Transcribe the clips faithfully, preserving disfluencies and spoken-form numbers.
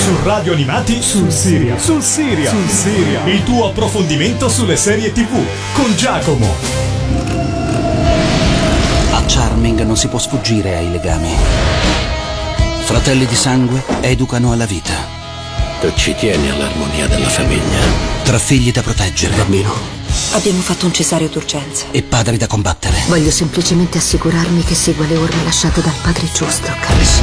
Su Radio Animati sul Serial. Sul Serial. Sul Serial. Il tuo approfondimento sulle serie tivù con Giacomo. A Charming non si può sfuggire ai legami. Fratelli di sangue educano alla vita. Tu ci tieni all'armonia della famiglia. Tra figli da proteggere. Bambino. Abbiamo fatto un cesareo d'urgenza. E padri da combattere. Voglio semplicemente assicurarmi che segua le orme lasciate dal padre giusto, Caris.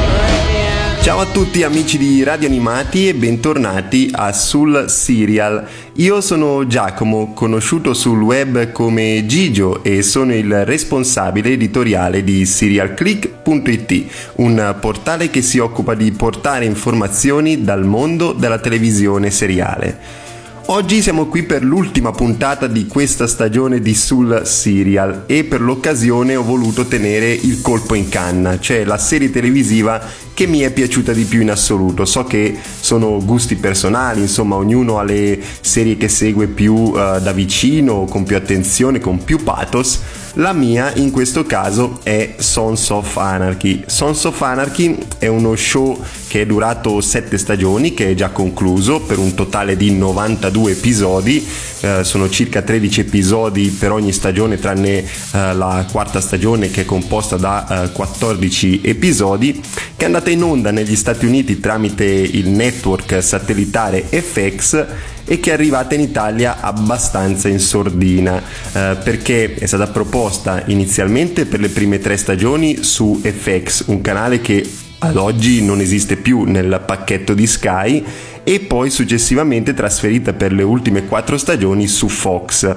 Ciao a tutti amici di Radio Animati e bentornati a Sul Serial. Io sono Giacomo, conosciuto sul web come Gigio e sono il responsabile editoriale di serial click punto it, un portale che si occupa di portare informazioni dal mondo della televisione seriale. Oggi siamo qui per l'ultima puntata di questa stagione di Sul Serial e per l'occasione ho voluto tenere il colpo in canna, cioè la serie televisiva che mi è piaciuta di più in assoluto. So che sono gusti personali, insomma ognuno ha le serie che segue più uh, da vicino, con più attenzione, con più pathos. La mia in questo caso è Sons of Anarchy. Sons of Anarchy è uno show che è durato sette stagioni, che è già concluso per un totale di novantadue episodi. Eh, sono circa tredici episodi per ogni stagione, tranne eh, la quarta stagione che è composta da eh, quattordici episodi, che è andata in onda negli Stati Uniti tramite il network satellitare F X e che è arrivata in Italia abbastanza in sordina, eh, perché è stata proposta inizialmente per le prime tre stagioni su F X, un canale che ad oggi non esiste più nel pacchetto di Sky, e poi successivamente trasferita per le ultime quattro stagioni su Fox.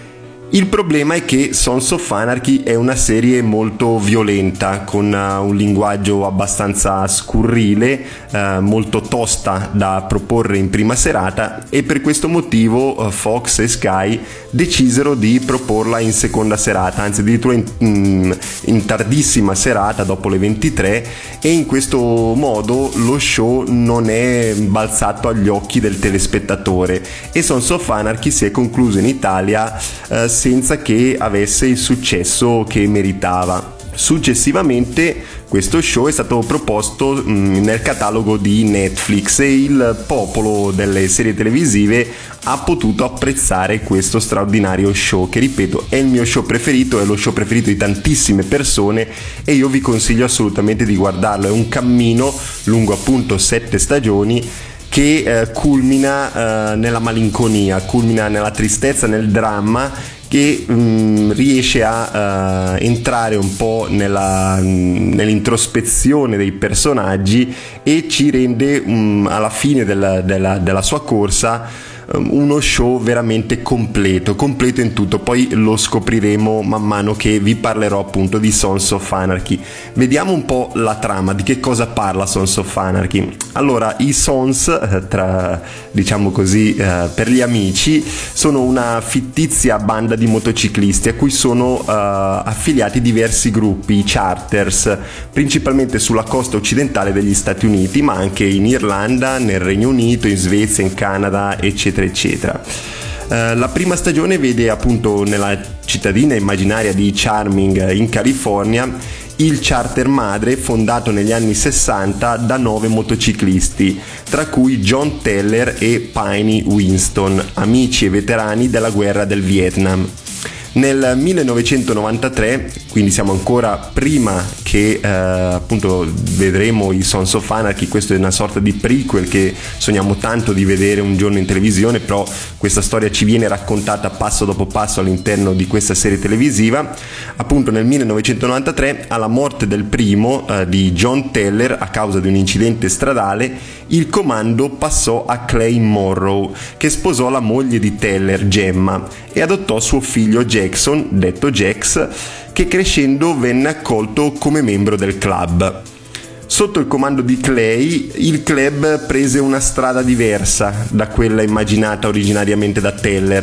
Il problema è che Sons of Anarchy è una serie molto violenta, con uh, un linguaggio abbastanza scurrile, uh, molto tosta da proporre in prima serata, e per questo motivo uh, Fox e Sky decisero di proporla in seconda serata, anzi addirittura in, in, in tardissima serata dopo le ventitré, e in questo modo lo show non è balzato agli occhi del telespettatore e Sons of Anarchy si è concluso in Italia uh, senza che avesse il successo che meritava. Successivamente questo show è stato proposto mh, nel catalogo di Netflix e il popolo delle serie televisive ha potuto apprezzare questo straordinario show, che ripeto è il mio show preferito, è lo show preferito di tantissime persone e io vi consiglio assolutamente di guardarlo. È un cammino lungo appunto sette stagioni che eh, culmina eh, nella malinconia, culmina nella tristezza, nel dramma, che mh, riesce a uh, entrare un po' nella, mh, nell'introspezione dei personaggi e ci rende mh, alla fine della, della, della sua corsa uno show veramente completo, completo in tutto. Poi lo scopriremo man mano che vi parlerò appunto di Sons of Anarchy. Vediamo un po' la trama, di che cosa parla Sons of Anarchy. Allora, i Sons, tra, diciamo così, eh, per gli amici, sono una fittizia banda di motociclisti a cui sono eh, affiliati diversi gruppi, charters, principalmente sulla costa occidentale degli Stati Uniti, ma anche in Irlanda, nel Regno Unito, in Svezia, in Canada, eccetera eccetera. Uh, la prima stagione vede appunto nella cittadina immaginaria di Charming in California il charter madre fondato negli anni sessanta da nove motociclisti, tra cui John Teller e Piney Winston, amici e veterani della guerra del Vietnam. Nel millenovecentonovantatré, quindi siamo ancora prima che eh, appunto vedremo i Sons of Anarchy, questo è una sorta di prequel che sogniamo tanto di vedere un giorno in televisione, però questa storia ci viene raccontata passo dopo passo all'interno di questa serie televisiva. Appunto nel millenovecentonovantatré, alla morte del primo eh, di John Teller a causa di un incidente stradale, il comando passò a Clay Morrow, che sposò la moglie di Teller, Gemma, e adottò suo figlio Jackson, detto Jax, che crescendo venne accolto come membro del club. Sotto il comando di Clay, il club prese una strada diversa da quella immaginata originariamente da Teller.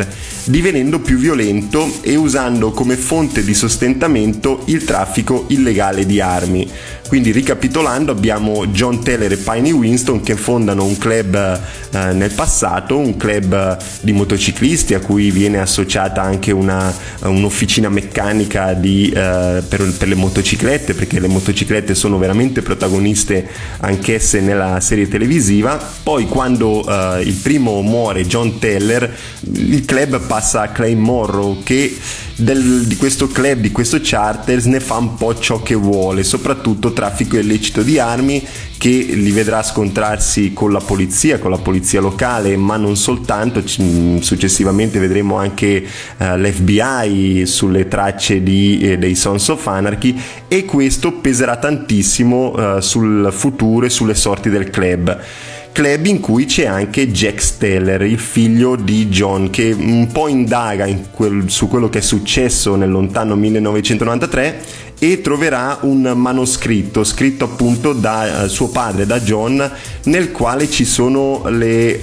divenendo più violento e usando come fonte di sostentamento il traffico illegale di armi. Quindi, ricapitolando, abbiamo John Teller e Piney Winston che fondano un club eh, nel passato, un club di motociclisti a cui viene associata anche una, un'officina meccanica di, eh, per, per le motociclette, perché le motociclette sono veramente protagoniste anch'esse nella serie televisiva. Poi, quando eh, il primo muore, John Teller, il club passa a Clay Morrow, che del, di questo club, di questo charters, ne fa un po' ciò che vuole, soprattutto traffico illecito di armi, che li vedrà scontrarsi con la polizia, con la polizia locale, ma non soltanto. Successivamente vedremo anche uh, l'F B I sulle tracce di, eh, dei Sons of Anarchy, e questo peserà tantissimo uh, sul futuro e sulle sorti del club. Club in cui c'è anche Jack Steller, il figlio di John, che un po' indaga in quel, su quello che è successo nel lontano millenovecentonovantatré, e troverà un manoscritto scritto appunto da uh, suo padre, da John, nel quale ci sono le,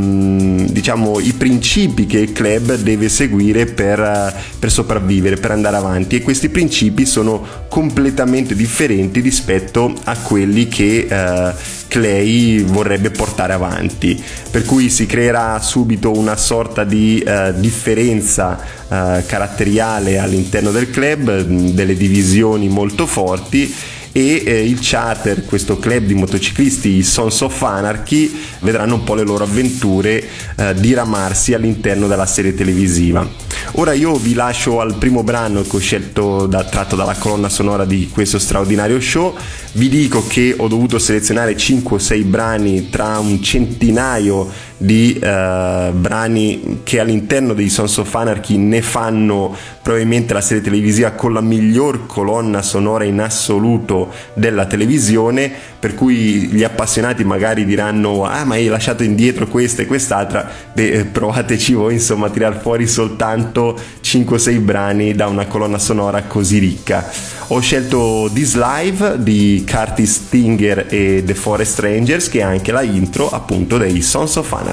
um, diciamo, i principi che il club deve seguire per, uh, per sopravvivere, per andare avanti, e questi principi sono completamente differenti rispetto a quelli che uh, Clay vorrebbe portare avanti, per cui si creerà subito una sorta di uh, differenza uh, caratteriale all'interno del club, delle divisioni molto forti, e eh, il charter, questo club di motociclisti, i Sons of Anarchy, vedranno un po' le loro avventure eh, diramarsi all'interno della serie televisiva. Ora io vi lascio al primo brano che ho scelto, da, tratto dalla colonna sonora di questo straordinario show. Vi dico che ho dovuto selezionare cinque o sei brani tra un centinaio di uh, brani che all'interno dei Sons of Anarchy ne fanno probabilmente la serie televisiva con la miglior colonna sonora in assoluto della televisione, per cui gli appassionati magari diranno: ah, ma hai lasciato indietro questa e quest'altra. Beh, provateci voi insomma a tirar fuori soltanto cinque o sei brani da una colonna sonora così ricca. Ho scelto This Live di Curtis Stinger e The Forest Rangers, che è anche la intro appunto dei Sons of Anarchy.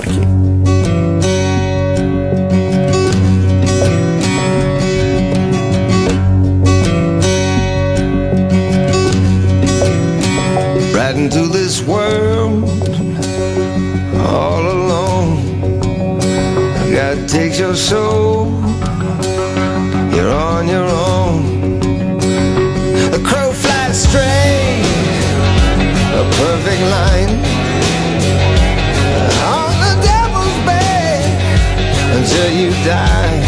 Right into this world all alone, God takes your soul, you're on your own. A crow flies straight, a perfect line, on the devil's bed until you die.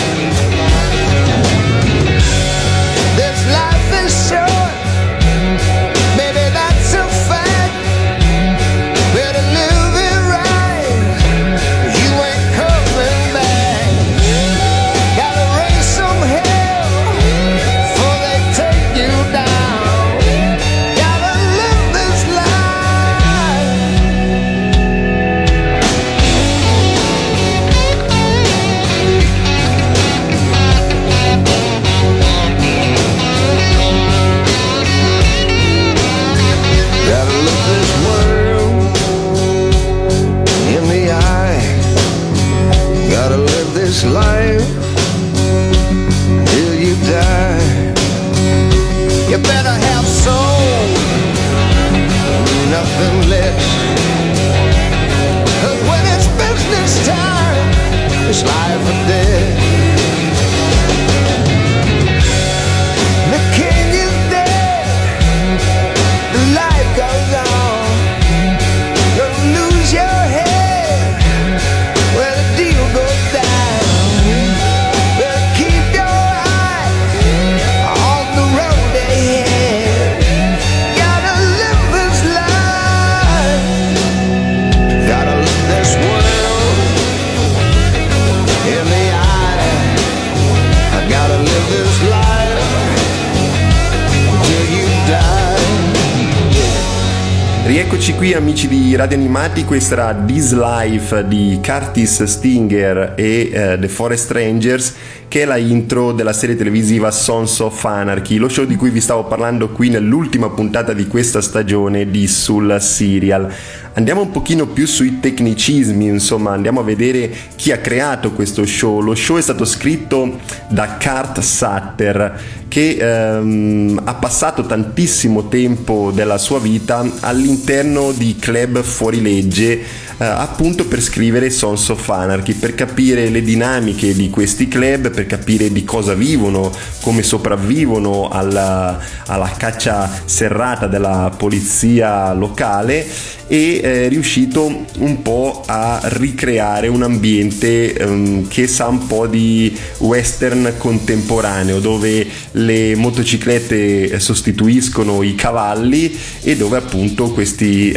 This life is short, baby, that's a fact. Better live it right, you ain't coming back. Gotta raise some hell before they take you down. Gotta live this life. Gotta look this world in the eye. Gotta live this life till you die. You better have soul, nothing less. 'Cause when it's business time, it's life or death. The king is dead, the life goes on. You'll lose your head when the deal goes down. Better keep your eyes on the road ahead. Gotta live this life. Gotta look this world in the eye. I gotta live this life till you die. Rieccoci qui amici di Radio Animati, questa era This Life di Curtis Stinger e uh, The Forest Rangers, che è la intro della serie televisiva Sons of Anarchy, lo show di cui vi stavo parlando qui nell'ultima puntata di questa stagione di Sul Serial. Andiamo un pochino più sui tecnicismi, insomma, andiamo a vedere chi ha creato questo show. Lo show è stato scritto da Kurt Sutter, che ehm, ha passato tantissimo tempo della sua vita all'interno di club fuorilegge, eh, appunto per scrivere Sons of Anarchy, per capire le dinamiche di questi club, per capire di cosa vivono, come sopravvivono alla, alla caccia serrata della polizia locale, e è riuscito un po' a ricreare un ambiente um, che sa un po' di western contemporaneo, dove le motociclette sostituiscono i cavalli e dove appunto questi,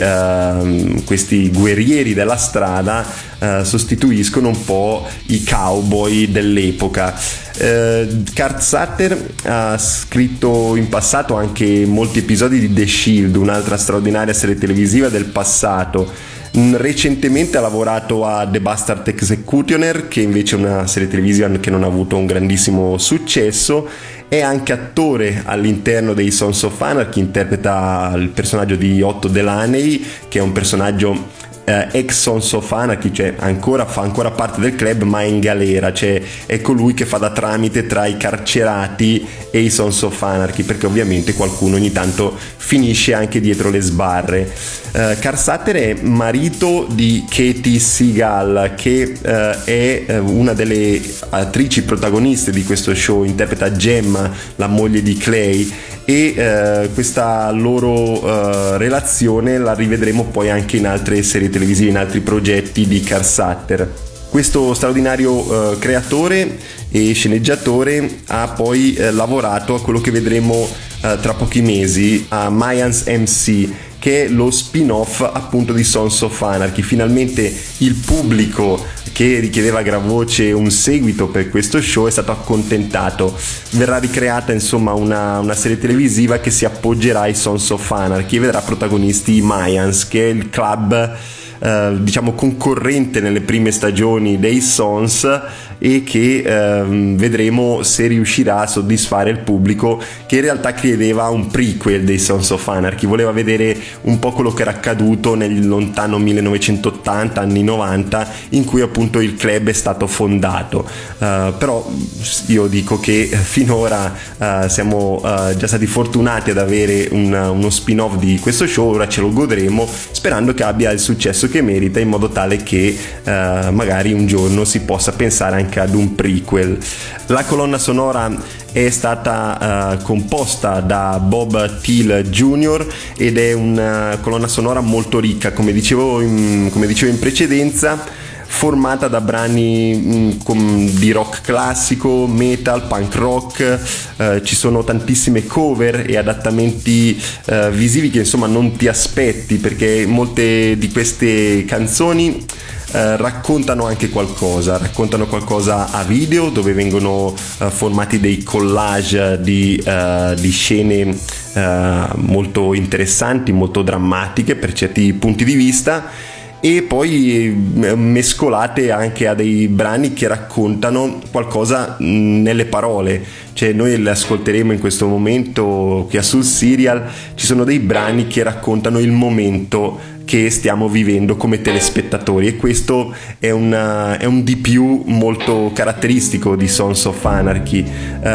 uh, questi guerrieri della strada uh, sostituiscono un po' i cowboy dell'epoca. Uh, Kurt Sutter ha scritto in passato anche molti episodi di The Shield, un'altra straordinaria serie televisiva del passato. Recentemente ha lavorato a The Bastard Executioner, che invece è una serie televisiva che non ha avuto un grandissimo successo. È anche attore all'interno dei Sons of Anarchy, interpreta il personaggio di Otto Delaney, che è un personaggio Uh, ex Sons of Anarchy, cioè ancora, fa ancora parte del club ma è in galera, cioè è colui che fa da tramite tra i carcerati e i Sons of Anarchy, perché ovviamente qualcuno ogni tanto finisce anche dietro le sbarre. uh, Kurt Sutter è marito di Katie Seagal, che uh, è uh, una delle attrici protagoniste di questo show, interpreta Gemma, la moglie di Clay, e uh, questa loro uh, relazione la rivedremo poi anche in altre serie televisive, in altri progetti di Kurt Sutter. Questo straordinario uh, creatore e sceneggiatore ha poi uh, lavorato a quello che vedremo uh, tra pochi mesi, a Mayans M C, che è lo spin-off appunto di Sons of Anarchy. Finalmente il pubblico che richiedeva a gran voce un seguito per questo show è stato accontentato. Verrà ricreata insomma una, una serie televisiva che si appoggerà ai Sons of Anarchy e vedrà protagonisti i Mayans, che è il club eh, diciamo concorrente nelle prime stagioni dei Sons, e che ehm, vedremo se riuscirà a soddisfare il pubblico, che in realtà chiedeva un prequel dei Sons of Anarchy, voleva vedere un po' quello che era accaduto nel lontano millenovecentottanta, anni novanta, in cui appunto il club è stato fondato. Uh, però io dico che finora uh, siamo uh, già stati fortunati ad avere un, uno spin-off di questo show, ora ce lo godremo sperando che abbia il successo che merita, in modo tale che uh, magari un giorno si possa pensare anche ad un prequel. La colonna sonora è stata uh, composta da Bob Thiel Junior ed è una colonna sonora molto ricca, come dicevo in, come dicevo in precedenza, formata da brani mh, com, di rock classico, metal, punk rock. Uh, ci sono tantissime cover e adattamenti uh, visivi che insomma non ti aspetti, perché molte di queste canzoni Uh, raccontano anche qualcosa, raccontano qualcosa a video, dove vengono uh, formati dei collage di, uh, di scene uh, molto interessanti, molto drammatiche per certi punti di vista, e poi mescolate anche a dei brani che raccontano qualcosa nelle parole. Cioè noi le ascolteremo in questo momento qui a Sul Serial, ci sono dei brani che raccontano il momento che stiamo vivendo come telespettatori, e questo è, una, è un di più molto caratteristico di Sons of Anarchy.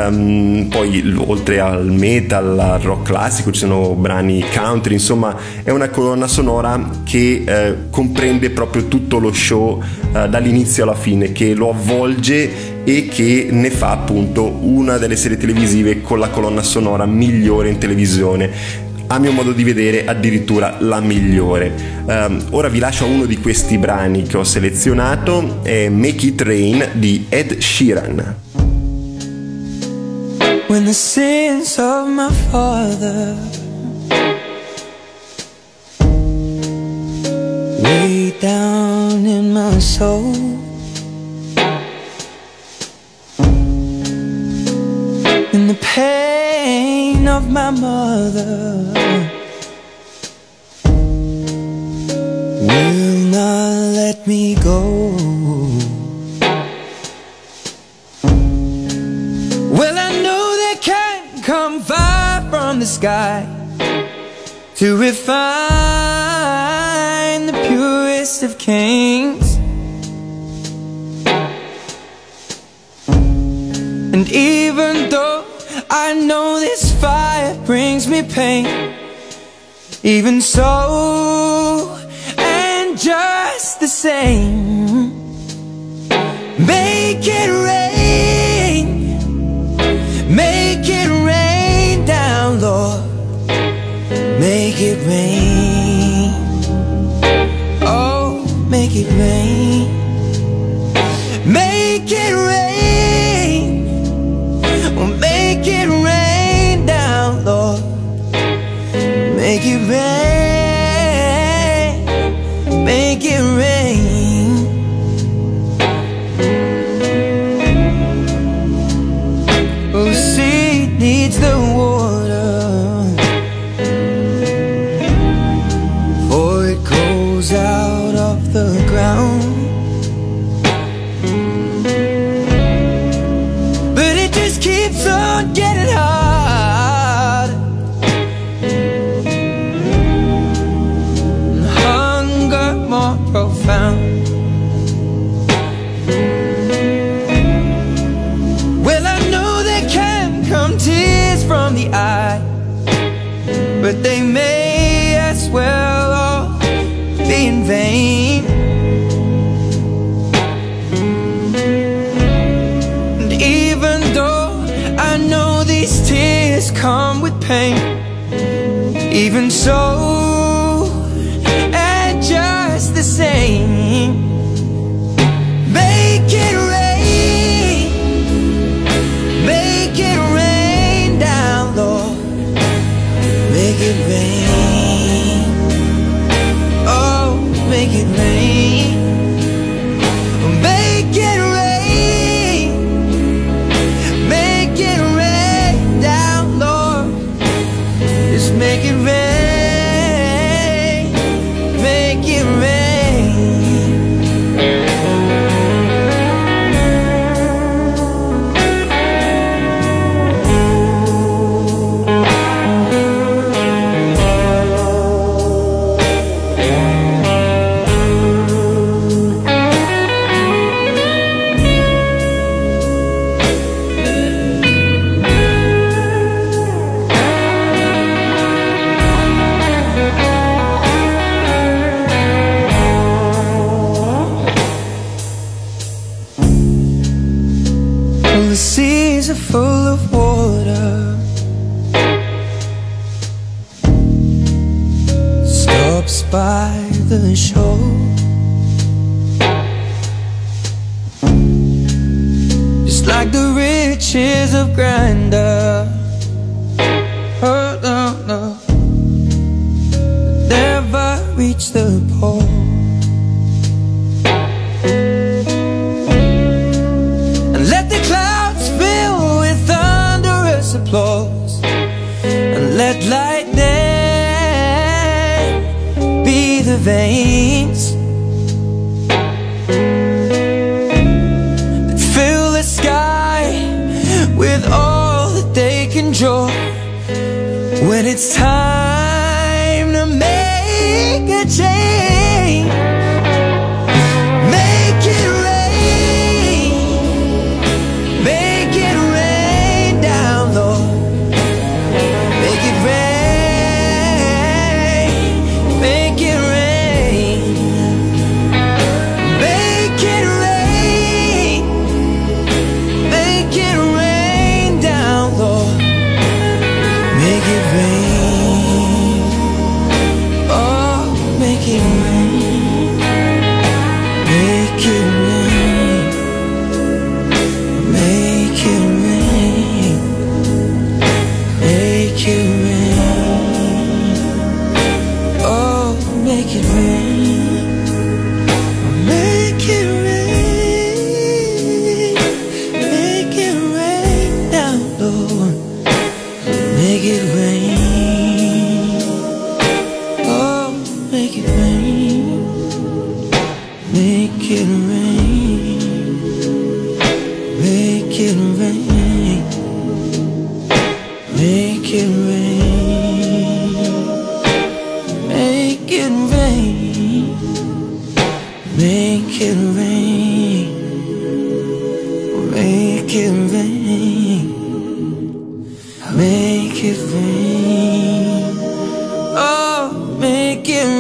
Um, poi oltre al metal, al rock classico, ci sono brani country, insomma è una colonna sonora che eh, comprende proprio tutto lo show eh, dall'inizio alla fine, che lo avvolge e che ne fa appunto una delle serie televisive con la colonna sonora migliore in televisione. A mio modo di vedere addirittura la migliore. Um, ora vi lascio a uno di questi brani che ho selezionato, è Make It Rain di Ed Sheeran. When the sins of my father way down in my soul, in the pain of my mother will not let me go. to refine the purest of kings. And even though I know this fire brings me pain, even so, and just the same, make it rain, make it rain down, Lord, make it rain, oh, make it rain, make it rain, oh, make it rain down, Lord, make it rain, make it rain. Oh, seed needs the water, for it grows out of the ground. But it just keeps on getting hard. Hunger more profound. Well, I know there can come tears from the eye, but they may as well all be in vain. And even though I know these tears come with pain, even so, and just the same, make it rain, make it rain down, Lord, make it rain, oh, make it rain, make it rain, make it rain down, Lord, just make it rain, make it rain. The seas are full of water, stops by the shore, just like the riches of grandeur. Oh no, no, never reach the pole. Let the clouds fill with thunderous applause, and let lightning be the veins that fill the sky with all that they can draw. When it's time to make a change, make it rain, make it rain down, Lord, make it rain, make it rain, make it rain, make it rain down, Lord, make it rain, oh, make it rain, make it rain, make it rain, make it rain, oh, make it rain, make it rain, make it rain down, Lord, make it rain, oh, make it rain, make it rain, make it rain, make it rain, make it rain, make it rain, make it rain, oh, make it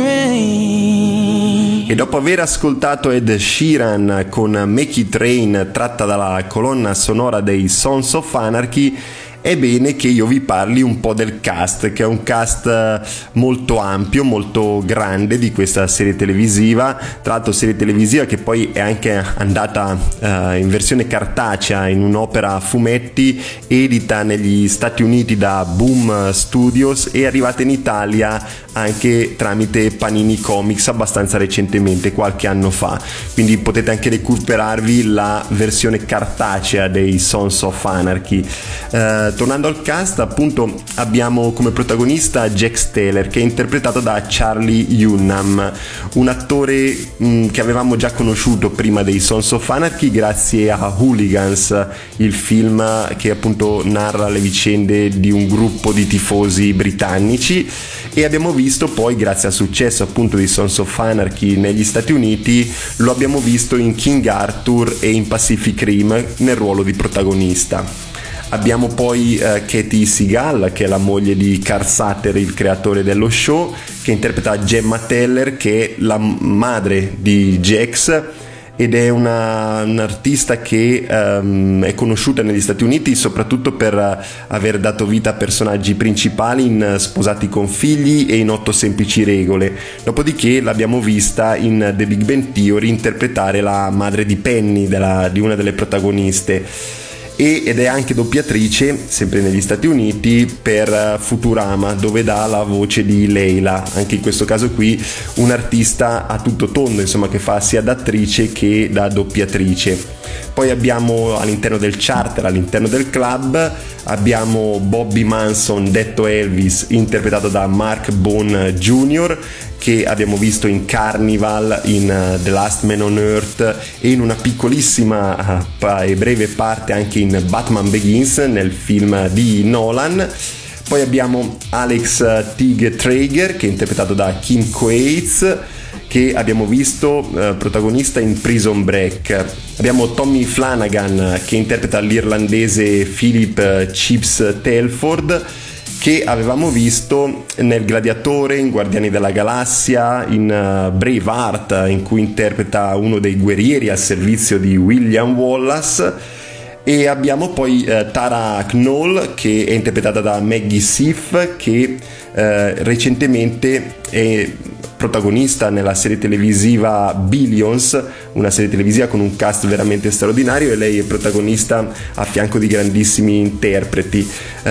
rain. E dopo aver ascoltato Ed Sheeran con Make It Rain, tratta dalla colonna sonora dei Sons of Anarchy, è bene che io vi parli un po' del cast, che è un cast molto ampio, molto grande di questa serie televisiva. Tra l'altro serie televisiva che poi è anche andata uh, in versione cartacea in un'opera a fumetti edita negli Stati Uniti da Boom Studios e arrivata in Italia anche tramite Panini Comics abbastanza recentemente, qualche anno fa, quindi potete anche recuperarvi la versione cartacea dei Sons of Anarchy. Uh, tornando al cast, appunto abbiamo come protagonista Jax Taylor, che è interpretato da Charlie Hunnam, un attore mh, che avevamo già conosciuto prima dei Sons of Anarchy grazie a Hooligans, il film che appunto narra le vicende di un gruppo di tifosi britannici, e abbiamo visto poi, grazie al successo appunto di Sons of Anarchy negli Stati Uniti, lo abbiamo visto in King Arthur e in Pacific Rim nel ruolo di protagonista. Abbiamo poi uh, Katie Seagal, che è la moglie di Carl Sutter, il creatore dello show, che interpreta Gemma Teller, che è la madre di Jax, ed è una, un'artista che um, è conosciuta negli Stati Uniti soprattutto per uh, aver dato vita a personaggi principali in uh, Sposati con figli e in Otto semplici regole. Dopodiché l'abbiamo vista in The Big Bang Theory interpretare la madre di Penny, della, di una delle protagoniste. Ed è anche doppiatrice, sempre negli Stati Uniti, per Futurama, dove dà la voce di Leila. Anche in questo caso qui un artista a tutto tondo, insomma, che fa sia da attrice che da doppiatrice. Poi abbiamo all'interno del charter, all'interno del club, abbiamo Bobby Manson, detto Elvis, interpretato da Mark Bone Junior, che abbiamo visto in Carnival, in uh, The Last Man on Earth e in una piccolissima uh, e breve parte anche in Batman Begins, nel film di Nolan. Poi abbiamo Alex Tig Traeger, che è interpretato da Kim Coates, che abbiamo visto uh, protagonista in Prison Break. Abbiamo Tommy Flanagan, che interpreta l'irlandese Philip Chips Telford, che avevamo visto nel Gladiatore, in Guardiani della Galassia, in uh, Braveheart, in cui interpreta uno dei guerrieri al servizio di William Wallace. E abbiamo poi uh, Tara Knoll, che è interpretata da Maggie Siff, che uh, recentemente è protagonista nella serie televisiva Billions, una serie televisiva con un cast veramente straordinario, e lei è protagonista a fianco di grandissimi interpreti.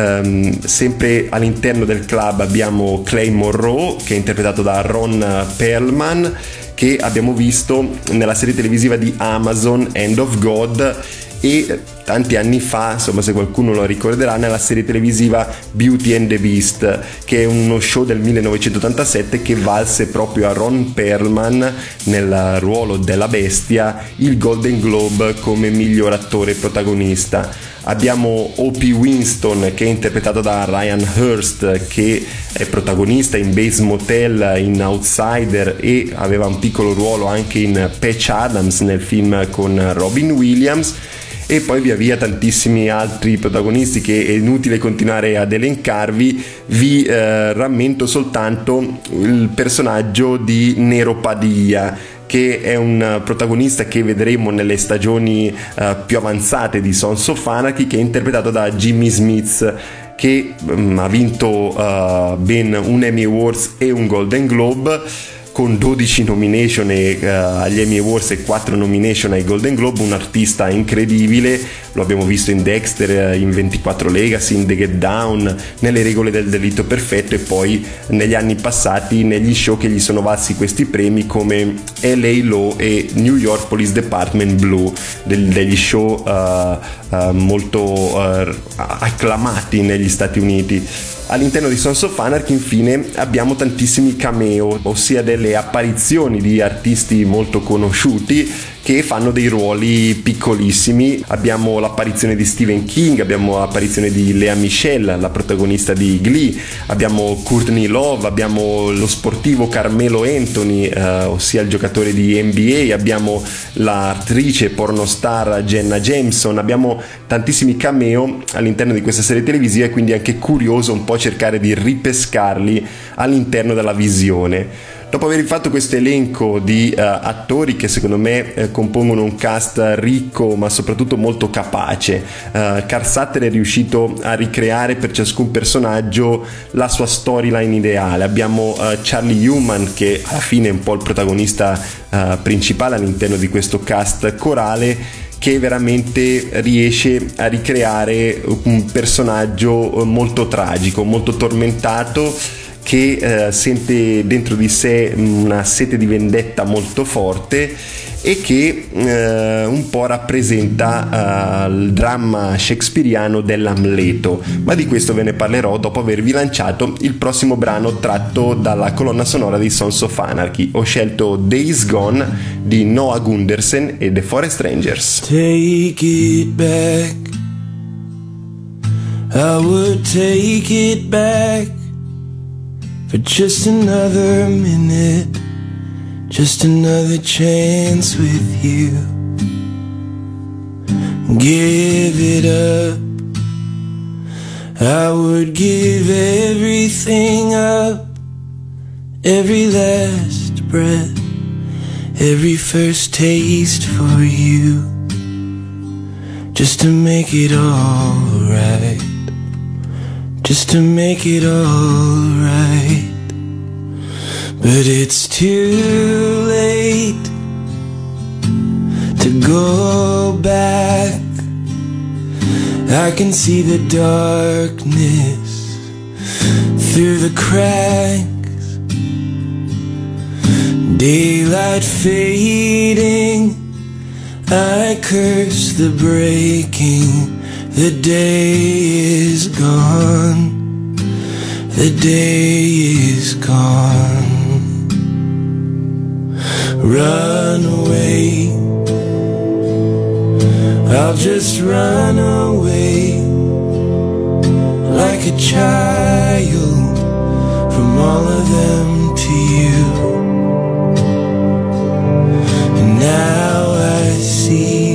Um, sempre all'interno del club abbiamo Clay Monroe, che è interpretato da Ron Perlman, che abbiamo visto nella serie televisiva di Amazon End of God, e tanti anni fa, insomma, se qualcuno lo ricorderà, nella serie televisiva Beauty and the Beast, che è uno show del millenovecentottantasette che valse proprio a Ron Perlman, nel ruolo della bestia, il Golden Globe come miglior attore protagonista. Abbiamo Opie Winston, che è interpretato da Ryan Hurst, che è protagonista in Bates Motel, in Outsider, e aveva un piccolo ruolo anche in Patch Adams nel film con Robin Williams. E poi via via tantissimi altri protagonisti che è inutile continuare ad elencarvi. Vi eh, rammento soltanto il personaggio di Nero Padilla, che è un protagonista che vedremo nelle stagioni uh, più avanzate di Sons of Anarchy, che è interpretato da Jimmy Smith, che um, ha vinto uh, ben un Emmy Awards e un Golden Globe, con dodici nomination e, uh, agli Emmy Awards e quattro nomination ai Golden Globe. Un artista incredibile, lo abbiamo visto in Dexter, in ventiquattro Legacy, in The Get Down, nelle regole del delitto perfetto, e poi negli anni passati negli show che gli sono valsi questi premi come L A Law e New York Police Department Blue, del, degli show uh, uh, molto uh, acclamati negli Stati Uniti. All'interno di Sons of Anarchy infine abbiamo tantissimi cameo, ossia delle apparizioni di artisti molto conosciuti che fanno dei ruoli piccolissimi. Abbiamo l'apparizione di Stephen King, abbiamo l'apparizione di Lea Michele, la protagonista di Glee, abbiamo Courtney Love, abbiamo lo sportivo Carmelo Anthony, eh, ossia il giocatore di N B A, abbiamo l'attrice pornostar Jenna Jameson, abbiamo tantissimi cameo all'interno di questa serie televisiva, e quindi è anche curioso un po' cercare di ripescarli all'interno della visione. Dopo aver fatto questo elenco di uh, attori che secondo me eh, compongono un cast ricco ma soprattutto molto capace, uh, Carl Sutter è riuscito a ricreare per ciascun personaggio la sua storyline ideale. Abbiamo uh, Charlie Hunnam, che alla fine è un po' il protagonista uh, principale all'interno di questo cast corale, che veramente riesce a ricreare un personaggio molto tragico, molto tormentato, che eh, sente dentro di sé una sete di vendetta molto forte e che eh, un po' rappresenta eh, il dramma shakespeariano dell'Amleto, ma di questo ve ne parlerò dopo avervi lanciato il prossimo brano tratto dalla colonna sonora di Sons of Anarchy. Ho scelto Days Gone di Noah Gundersen e The Forest Rangers. Take it back, I would take it back for just another minute, just another chance with you. Give it up, I would give everything up, every last breath, every first taste for you, just to make it all right, just to make it all right. But it's too late to go back. I can see the darkness through the cracks, daylight fading, I curse the breaking. The day is gone, the day is gone. Run away, I'll just run away like a child from all of them to you. And now I see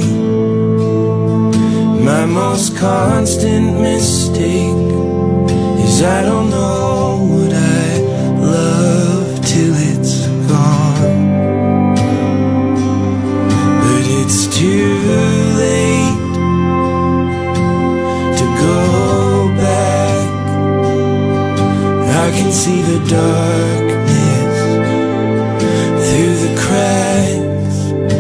my most constant mistake is I don't know what I love till it's gone. But it's too late to go back. I can see the darkness through the cracks,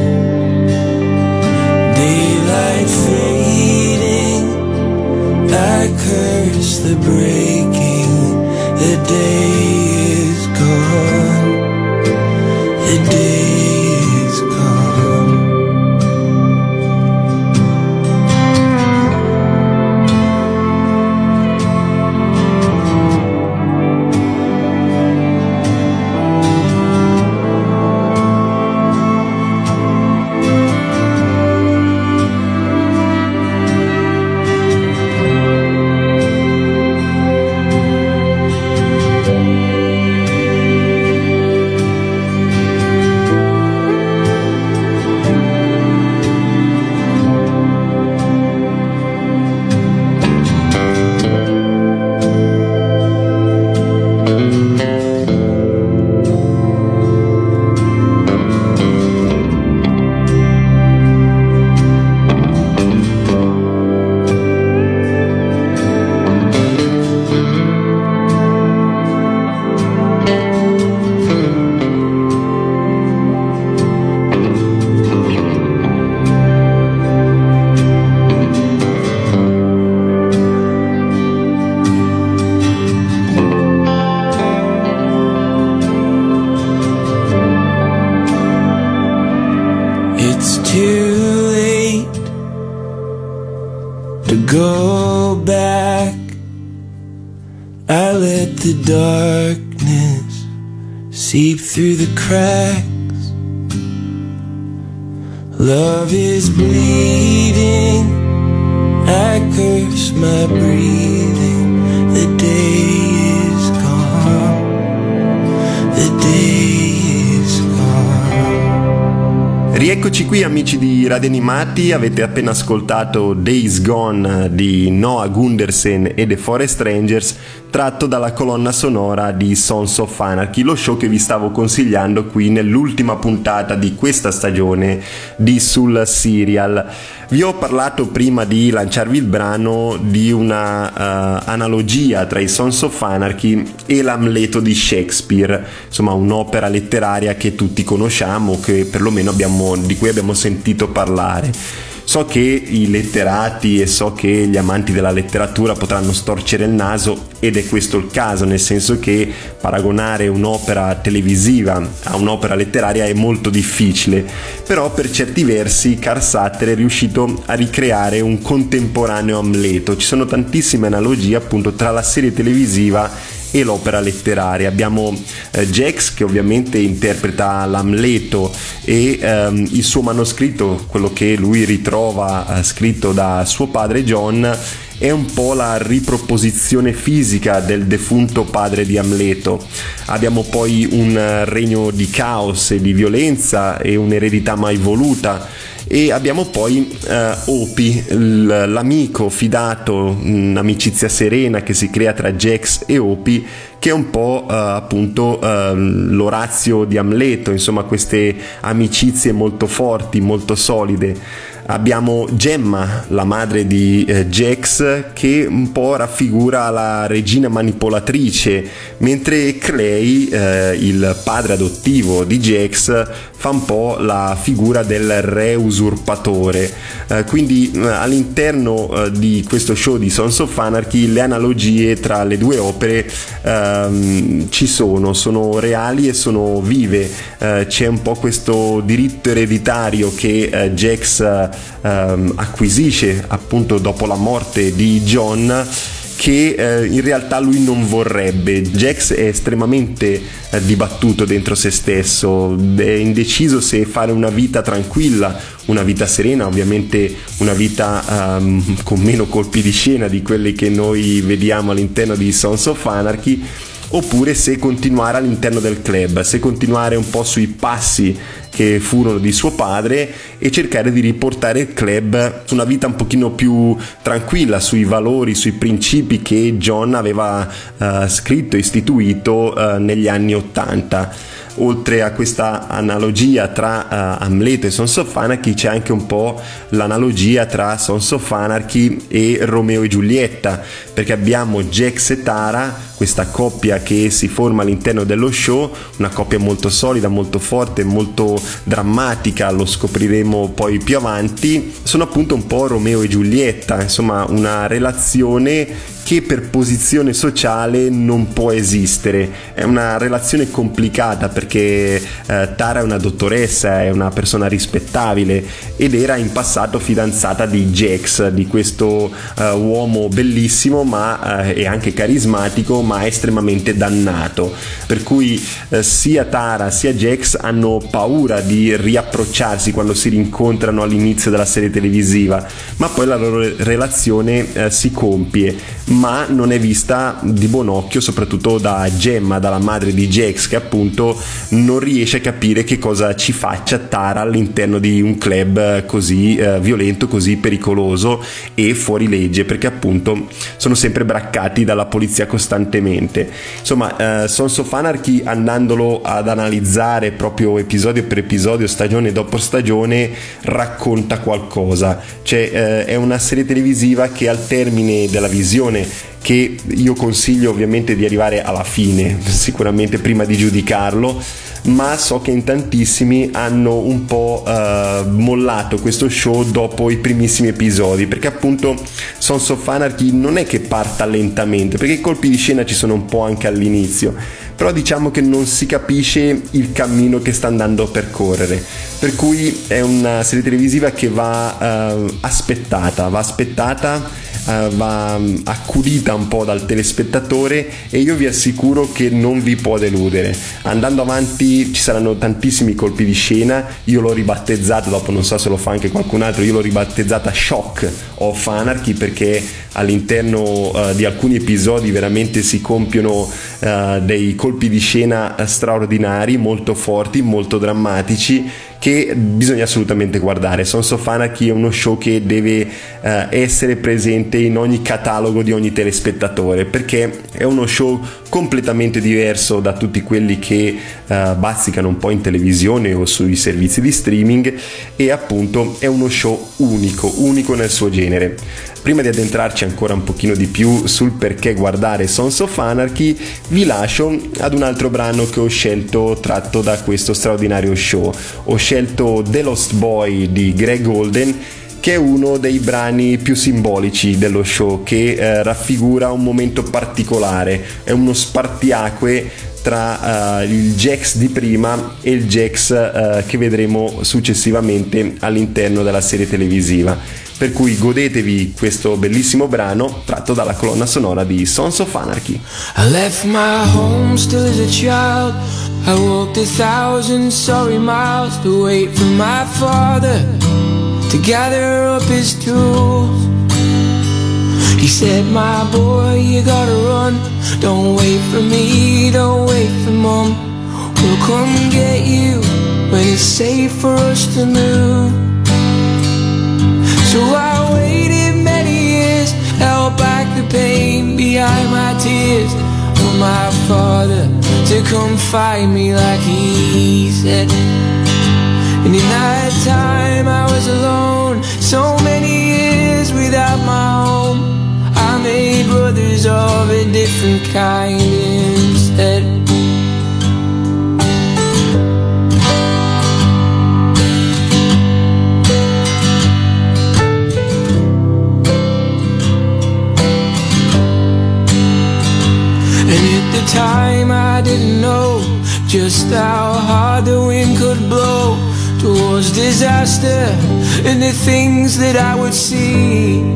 daylight fading, I curse the breaking. The day is gone, the day is gone. Darkness seep through the cracks Love is bleeding, I curse my breathing. The day is gone, the day is gone. Rieccoci qui amici di Radio Animati, avete appena ascoltato Days Gone di Noah Gundersen e The Forest Rangers, tratto dalla colonna sonora di Sons of Anarchy, lo show che vi stavo consigliando qui nell'ultima puntata di questa stagione di Sul Serial. Vi ho parlato prima di lanciarvi il brano di una uh, analogia tra i Sons of Anarchy e l'Amleto di Shakespeare, insomma un'opera letteraria che tutti conosciamo, che perlomeno abbiamo, di cui abbiamo sentito parlare. So che i letterati e so che gli amanti della letteratura potranno storcere il naso, ed è questo il caso, nel senso che paragonare un'opera televisiva a un'opera letteraria è molto difficile, però per certi versi Carl Satter è riuscito a ricreare un contemporaneo Amleto. Ci sono tantissime analogie appunto tra la serie televisiva e l'opera letteraria. Abbiamo eh, Jax, che ovviamente interpreta l'Amleto, e ehm, il suo manoscritto, quello che lui ritrova eh, scritto da suo padre John, è un po' la riproposizione fisica del defunto padre di Amleto. Abbiamo poi un regno di caos e di violenza e un'eredità mai voluta. E abbiamo poi uh, Opie, l'amico fidato, un'amicizia serena che si crea tra Jax e Opie, che è un po' uh, appunto uh, l'Orazio di Amleto, insomma queste amicizie molto forti, molto solide. Abbiamo Gemma, la madre di eh, Jax, che un po' raffigura la regina manipolatrice, mentre Clay, eh, il padre adottivo di Jax, fa un po' la figura del re usurpatore. Eh, quindi eh, all'interno eh, di questo show di Sons of Anarchy le analogie tra le due opere ehm, ci sono, sono reali e sono vive. Eh, c'è un po' questo diritto ereditario che eh, Jax ehm, acquisisce appunto dopo la morte di John, che eh, in realtà lui non vorrebbe. Jax è estremamente eh, dibattuto dentro se stesso, è indeciso se fare una vita tranquilla, una vita serena, ovviamente una vita um, con meno colpi di scena di quelli che noi vediamo all'interno di Sons of Anarchy, oppure se continuare all'interno del club, se continuare un po' sui passi che furono di suo padre e cercare di riportare il club su una vita un pochino più tranquilla, sui valori, sui principi che John aveva uh, scritto e istituito uh, negli anni ottanta. Oltre a questa analogia tra uh, Amleto e Sons of Anarchy c'è anche un po' l'analogia tra Sons of Anarchy e Romeo e Giulietta, perché abbiamo Jax e Tara, questa coppia che si forma all'interno dello show, una coppia molto solida, molto forte, molto drammatica, lo scopriremo poi più avanti. Sono appunto un po' Romeo e Giulietta, insomma una relazione che per posizione sociale non può esistere. È una relazione complicata perché eh, Tara è una dottoressa, è una persona rispettabile ed era in passato fidanzata di Jax, di questo eh, uomo bellissimo ma eh, e anche carismatico, ma estremamente dannato, per cui eh, sia Tara sia Jax hanno paura di riapprocciarsi quando si rincontrano all'inizio della serie televisiva, ma poi la loro relazione eh, si compie, ma non è vista di buon occhio soprattutto da Gemma, dalla madre di Jax, che appunto non riesce a capire che cosa ci faccia Tara all'interno di un club così eh, violento, così pericoloso e fuori legge, perché appunto sono sempre braccati dalla polizia costantemente. Insomma, eh, Sons of Anarchy, andandolo ad analizzare proprio episodio per episodio, stagione dopo stagione, racconta qualcosa. Cioè eh, è una serie televisiva che al termine della visione, che io consiglio ovviamente di arrivare alla fine, sicuramente prima di giudicarlo, ma so che in tantissimi hanno un po' uh, mollato questo show dopo i primissimi episodi, perché appunto Sons of Anarchy non è che parta lentamente, perché i colpi di scena ci sono un po' anche all'inizio, però diciamo che non si capisce il cammino che sta andando a percorrere, per cui è una serie televisiva che va uh, aspettata, va aspettata uh, va accudita un po' dal telespettatore, e io vi assicuro che non vi può deludere. Andando avanti ci saranno tantissimi colpi di scena. Io l'ho ribattezzata, dopo non so se lo fa anche qualcun altro, io l'ho ribattezzata Shock of Anarchy, perché all'interno uh, di alcuni episodi veramente si compiono uh, dei colpi di scena straordinari, molto forti, molto drammatici, che bisogna assolutamente guardare. Sons of Anarchy è uno show che deve uh, essere presente in ogni catalogo di ogni telespettatore, perché è uno show completamente diverso da tutti quelli che uh, bazzicano un po' in televisione o sui servizi di streaming, e appunto è uno show unico, unico nel suo genere. Prima di addentrarci ancora un pochino di più sul perché guardare Sons of Anarchy, vi lascio ad un altro brano che ho scelto tratto da questo straordinario show. Ho scelto The Lost Boy di Greg Holden, che è uno dei brani più simbolici dello show, che eh, raffigura un momento particolare, è uno spartiacque tra uh, il Jax di prima e il Jax uh, che vedremo successivamente all'interno della serie televisiva. Per cui godetevi questo bellissimo brano tratto dalla colonna sonora di Sons of Anarchy. I left my home still as a child. I walked a thousand sorry miles to wait for my father to gather up his tools. He said, my boy, you gotta run. Don't wait for me, don't wait for mom. We'll come get you when it's safe for us to move. So I waited many years, held back the pain behind my tears, for my father to come find me like he said. And in that time I was alone, so many years without my home. I made brothers of a different kind instead. And at the time I didn't know just how hard the wind could blow towards disaster and the things that I would see.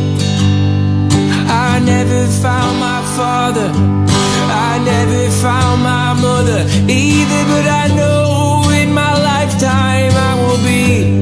I never found my father, I never found my mother either, but I know in my lifetime I will be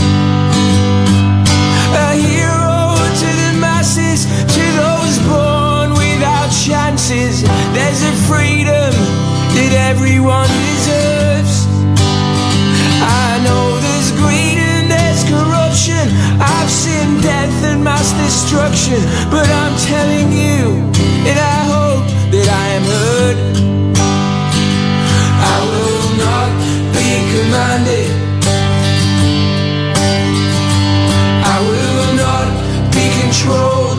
a hero to the masses, to those born without chances. There's a freedom that everyone deserves. I know there's greed and there's corruption, I've seen death and mass destruction, but I'm telling you, and I hope that I am heard, I will not be commanded, I will not be controlled,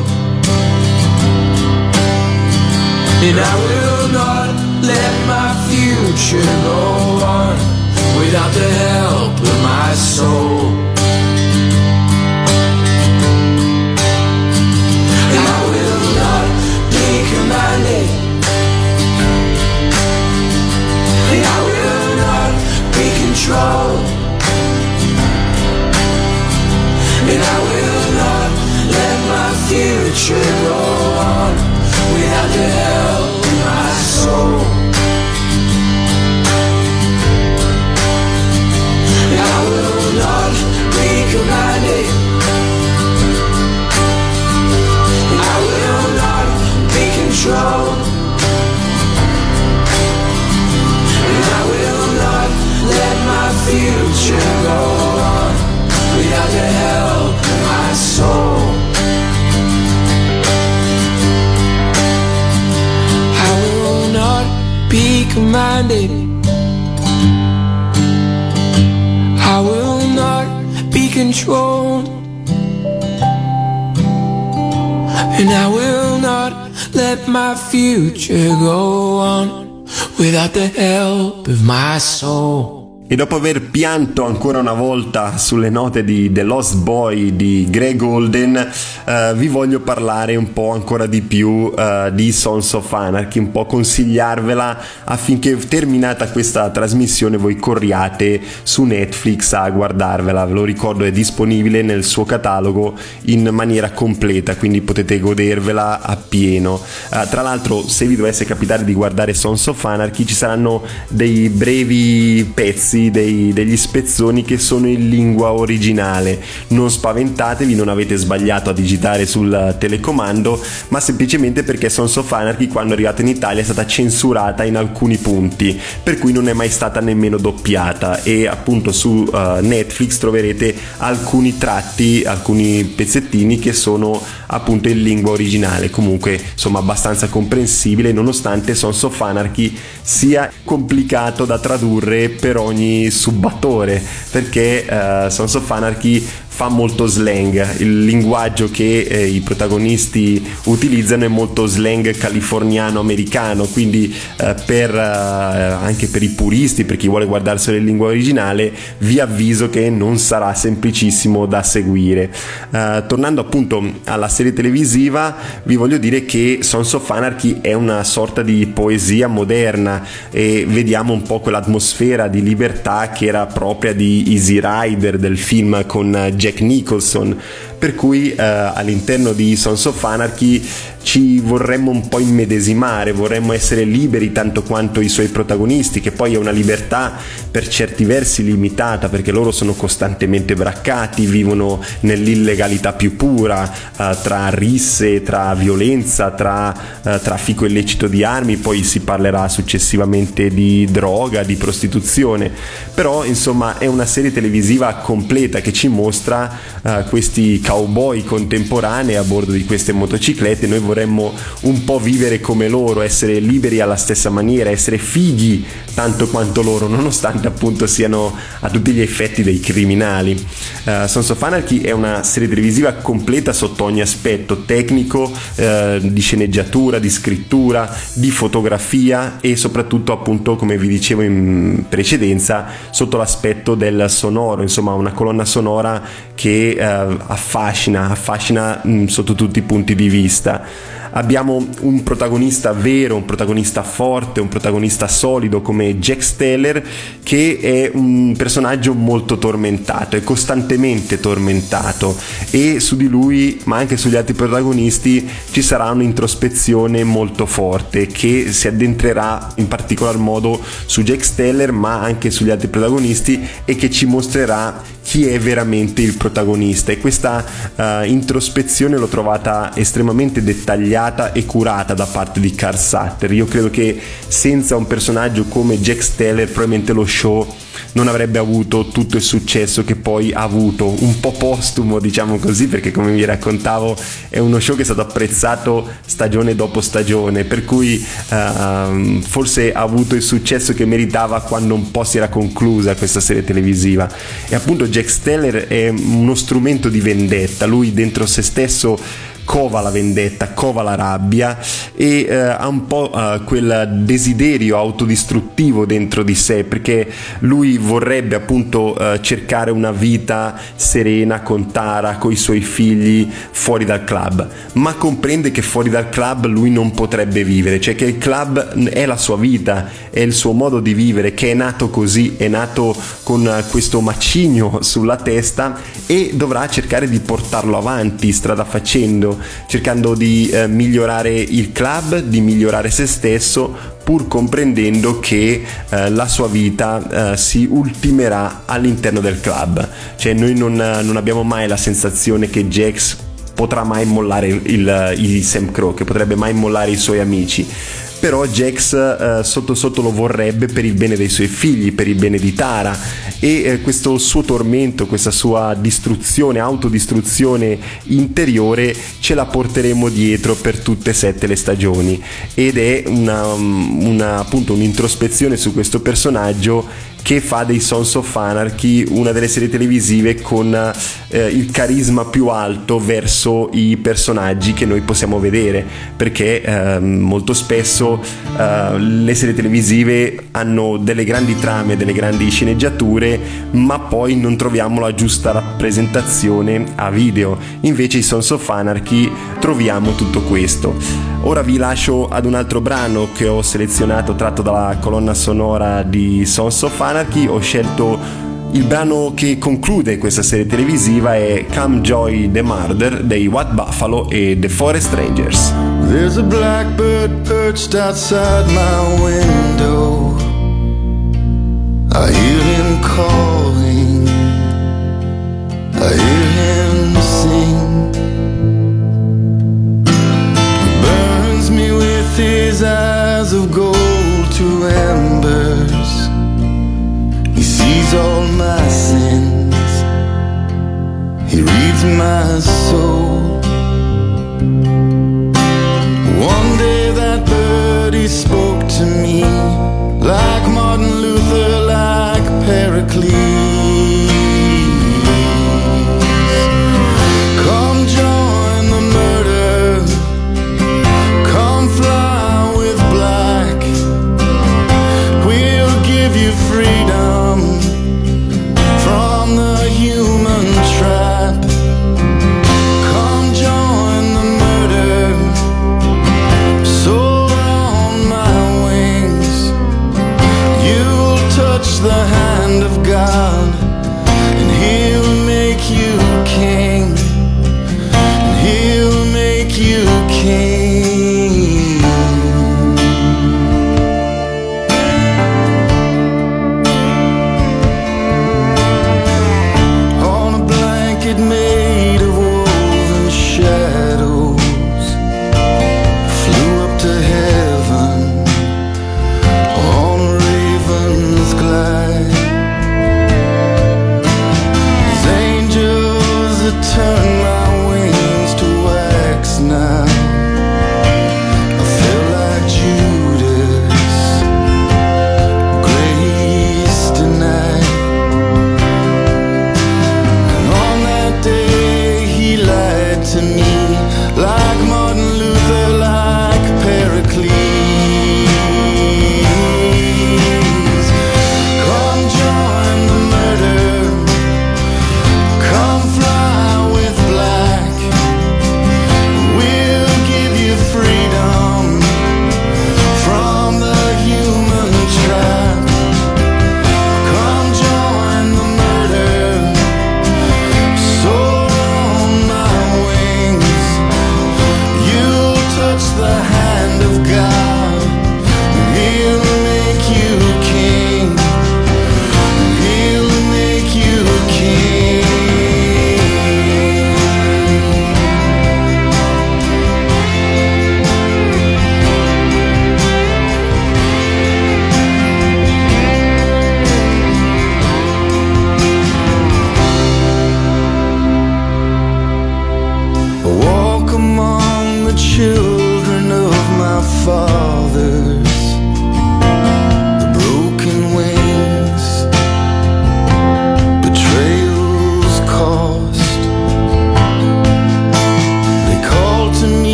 and I will not let my future go on without the help of my soul. And I will not be commanded, and I will not be controlled, and I will not let my future go on without the help of my soul. I will not be commanded, I will not be controlled, and I will not let my future go on without the help of my soul. I will not be commanded, I will not be controlled, and I will not let my future go on without the help of my soul. E dopo aver pianto ancora una volta sulle note di The Lost Boy di Greg Holden, eh, vi voglio parlare un po' ancora di più eh, di Sons of Anarchy, un po' consigliarvela affinché terminata questa trasmissione voi corriate su Netflix a guardarvela. Ve lo ricordo, è disponibile nel suo catalogo in maniera completa, quindi potete godervela appieno. Eh, tra l'altro, se vi dovesse capitare di guardare Sons of Anarchy, ci saranno dei brevi pezzi, Dei, degli spezzoni che sono in lingua originale. Non spaventatevi, non avete sbagliato a digitare sul telecomando, ma semplicemente perché Sons of Anarchy, quando è arrivata in Italia, è stata censurata in alcuni punti, per cui non è mai stata nemmeno doppiata, e appunto su uh, Netflix troverete alcuni tratti, alcuni pezzettini che sono appunto in lingua originale, comunque insomma abbastanza comprensibile, nonostante Sons of Anarchy sia complicato da tradurre per ogni subbattore, perché uh, Sons of Anarchy fa molto slang. Il linguaggio che eh, i protagonisti utilizzano è molto slang californiano americano, quindi eh, per eh, anche per i puristi, per chi vuole guardarselo in lingua originale, vi avviso che non sarà semplicissimo da seguire. Eh, tornando appunto alla serie televisiva, vi voglio dire che Sons of Anarchy è una sorta di poesia moderna, e vediamo un po' quell'atmosfera di libertà che era propria di Easy Rider, del film con Jack Nicholson, per cui eh, all'interno di Sons of Anarchy ci vorremmo un po' immedesimare, vorremmo essere liberi tanto quanto i suoi protagonisti, che poi è una libertà per certi versi limitata, perché loro sono costantemente braccati, vivono nell'illegalità più pura, eh, tra risse, tra violenza, tra eh, traffico illecito di armi, poi si parlerà successivamente di droga, di prostituzione. Però insomma è una serie televisiva completa che ci mostra eh, questi cowboy contemporanei a bordo di queste motociclette. Noi vorremmo un po' vivere come loro, essere liberi alla stessa maniera, essere fighi tanto quanto loro, nonostante appunto siano a tutti gli effetti dei criminali. uh, Sons of Anarchy è una serie televisiva completa sotto ogni aspetto tecnico, uh, di sceneggiatura, di scrittura, di fotografia, e soprattutto appunto, come vi dicevo in precedenza, sotto l'aspetto del sonoro. Insomma, una colonna sonora che uh, affascina, affascina mh, sotto tutti i punti di vista. Abbiamo un protagonista vero, un protagonista forte, un protagonista solido come Jack Steller, che è un personaggio molto tormentato, è costantemente tormentato, e su di lui, ma anche sugli altri protagonisti, ci sarà un'introspezione molto forte che si addentrerà in particolar modo su Jack Steller, ma anche sugli altri protagonisti, e che ci mostrerà chi è veramente il protagonista. E questa uh, introspezione l'ho trovata estremamente dettagliata e curata da parte di Carl Sutter. Io credo che senza un personaggio come Jack Steller probabilmente lo show non avrebbe avuto tutto il successo che poi ha avuto, un po' postumo diciamo così, perché come vi raccontavo è uno show che è stato apprezzato stagione dopo stagione, per cui uh, forse ha avuto il successo che meritava quando un po' si era conclusa questa serie televisiva. E appunto Jack Steller è uno strumento di vendetta, lui dentro se stesso cova la vendetta, cova la rabbia, e eh, ha un po' eh, quel desiderio autodistruttivo dentro di sé, perché lui vorrebbe appunto eh, cercare una vita serena con Tara, con i suoi figli, fuori dal club, ma comprende che fuori dal club lui non potrebbe vivere, cioè che il club è la sua vita, è il suo modo di vivere, che è nato così, è nato con questo macigno sulla testa, e dovrà cercare di portarlo avanti strada facendo, cercando di eh, migliorare il club, di migliorare se stesso, pur comprendendo che eh, la sua vita eh, si ultimerà all'interno del club. Cioè noi non, non abbiamo mai la sensazione che Jax potrà mai mollare il, il, il Sam Crow, che potrebbe mai mollare i suoi amici. Però Jax eh, sotto sotto lo vorrebbe per il bene dei suoi figli, per il bene di Tara, e eh, questo suo tormento, questa sua distruzione, autodistruzione interiore ce la porteremo dietro per tutte e sette le stagioni, ed è una, una appunto un'introspezione su questo personaggio che fa dei Sons of Anarchy una delle serie televisive con eh, il carisma più alto verso i personaggi che noi possiamo vedere, perché eh, molto spesso eh, le serie televisive hanno delle grandi trame, delle grandi sceneggiature, ma poi non troviamo la giusta rappresentazione a video. Invece in Sons of Anarchy troviamo tutto questo. Ora vi lascio ad un altro brano che ho selezionato, tratto dalla colonna sonora di Sons of Anarchy. Ho scelto il brano che conclude questa serie televisiva, è Come Join the Murder dei White Buffalo e The Forest Rangers. There's a blackbird perched outside my window. I hear him calling, I hear him sing. He burns me with his eyes of gold to embers. He sees all my sins, he reads my soul. One day that bird, he spoke to me like Martin Luther, like Pericles. Come join the murder, come fly with black. We'll give you freedom from the human trap. Come join the murder, soar on my wings. You'll touch the hand of God, and He'll make you king, and He'll make you king. On a blanket made of woven shadows, flew up to heaven on a raven's glide.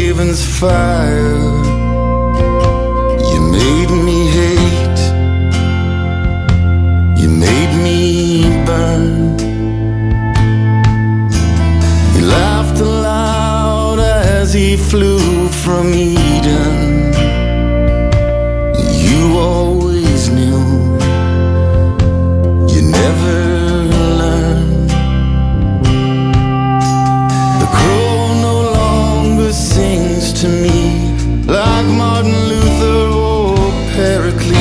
Raven's fire. You made me hate, you made me burn. He laughed aloud as he flew from Eden. You always knew, you never learned. The crow no longer sings to me like Martin Luther or Pericles.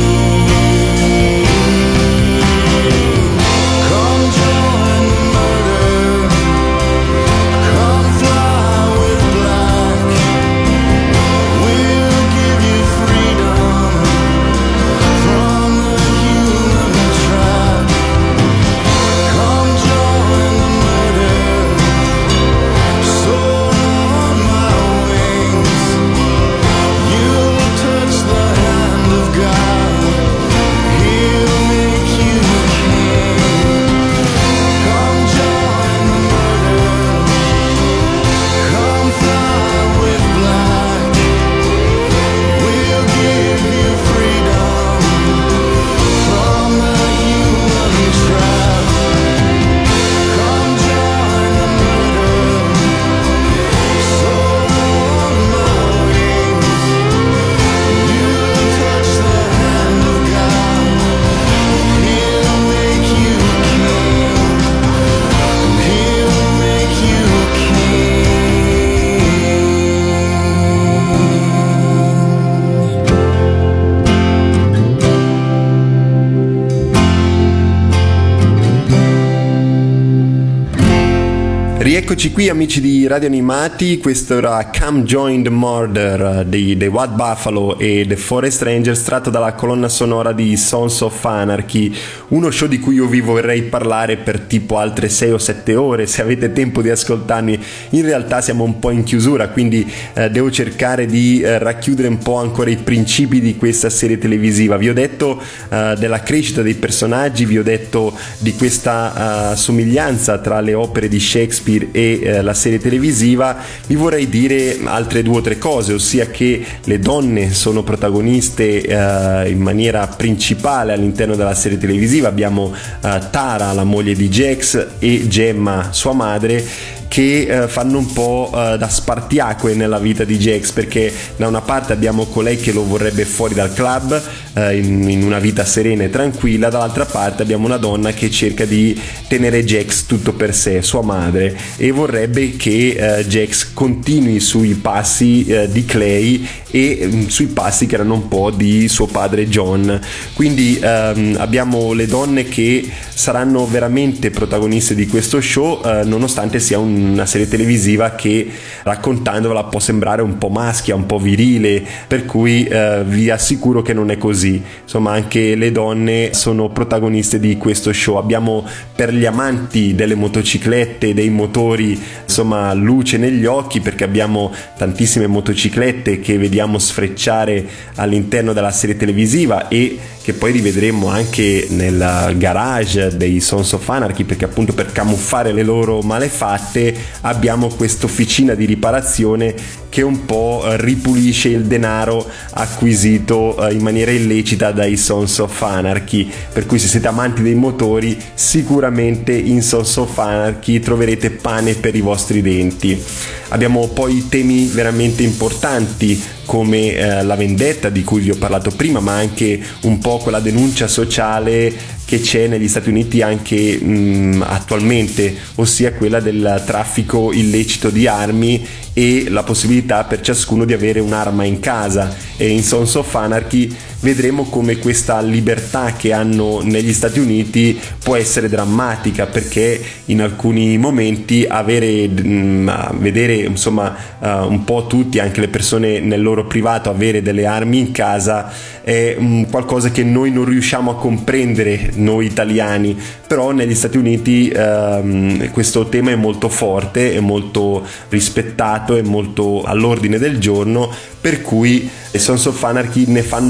Eccoci qui amici di Radio Animati, questo era Come Join the Murder dei The White Buffalo e The Forest Rangers, tratto dalla colonna sonora di Sons of Anarchy, uno show di cui io vi vorrei parlare per tipo altre sei o sette ore, se avete tempo di ascoltarmi. In realtà siamo un po' in chiusura, quindi eh, devo cercare di eh, racchiudere un po' ancora i principi di questa serie televisiva. Vi ho detto eh, della crescita dei personaggi, vi ho detto di questa eh, somiglianza tra le opere di Shakespeare e eh, la serie televisiva. Vi vorrei dire altre due o tre cose, ossia che le donne sono protagoniste eh, in maniera principale all'interno della serie televisiva. Abbiamo eh, Tara, la moglie di Jax, e Gemma, sua madre, che eh, fanno un po' eh, da spartiacque nella vita di Jax, perché da una parte abbiamo colei che lo vorrebbe fuori dal club eh, in, in una vita serena e tranquilla, dall'altra parte abbiamo una donna che cerca di tenere Jax tutto per sé, sua madre, e vorrebbe che eh, Jax continui sui passi eh, di Clay e mh, sui passi che erano un po' di suo padre John. Quindi ehm, abbiamo le donne che saranno veramente protagoniste di questo show, eh, nonostante sia un una serie televisiva che raccontandovela può sembrare un po' maschia, un po' virile, per cui eh, vi assicuro che non è così. Insomma, anche le donne sono protagoniste di questo show. Abbiamo, per gli amanti delle motociclette, dei motori, insomma, luce negli occhi, perché abbiamo tantissime motociclette che vediamo sfrecciare all'interno della serie televisiva e che poi rivedremo anche nel garage dei Sons of Anarchy, perché appunto per camuffare le loro malefatte abbiamo quest'officina di riparazione che un po' ripulisce il denaro acquisito in maniera illecita dai Sons of Anarchy. Per cui se siete amanti dei motori, sicuramente in Sons of Anarchy troverete pane per i vostri denti. Abbiamo poi temi veramente importanti come eh, la vendetta di cui vi ho parlato prima, ma anche un po' quella denuncia sociale che c'è negli Stati Uniti anche mh, attualmente, ossia quella del traffico illecito di armi e la possibilità per ciascuno di avere un'arma in casa. E in Sons of Anarchy vedremo come questa libertà che hanno negli Stati Uniti può essere drammatica, perché in alcuni momenti avere mh, vedere insomma uh, un po' tutti, anche le persone nel loro privato, avere delle armi in casa è um, qualcosa che noi non riusciamo a comprendere, noi italiani, però negli Stati Uniti um, questo tema è molto forte, è molto rispettato, è molto all'ordine del giorno, per cui i Sons of Anarchy ne fanno un po' una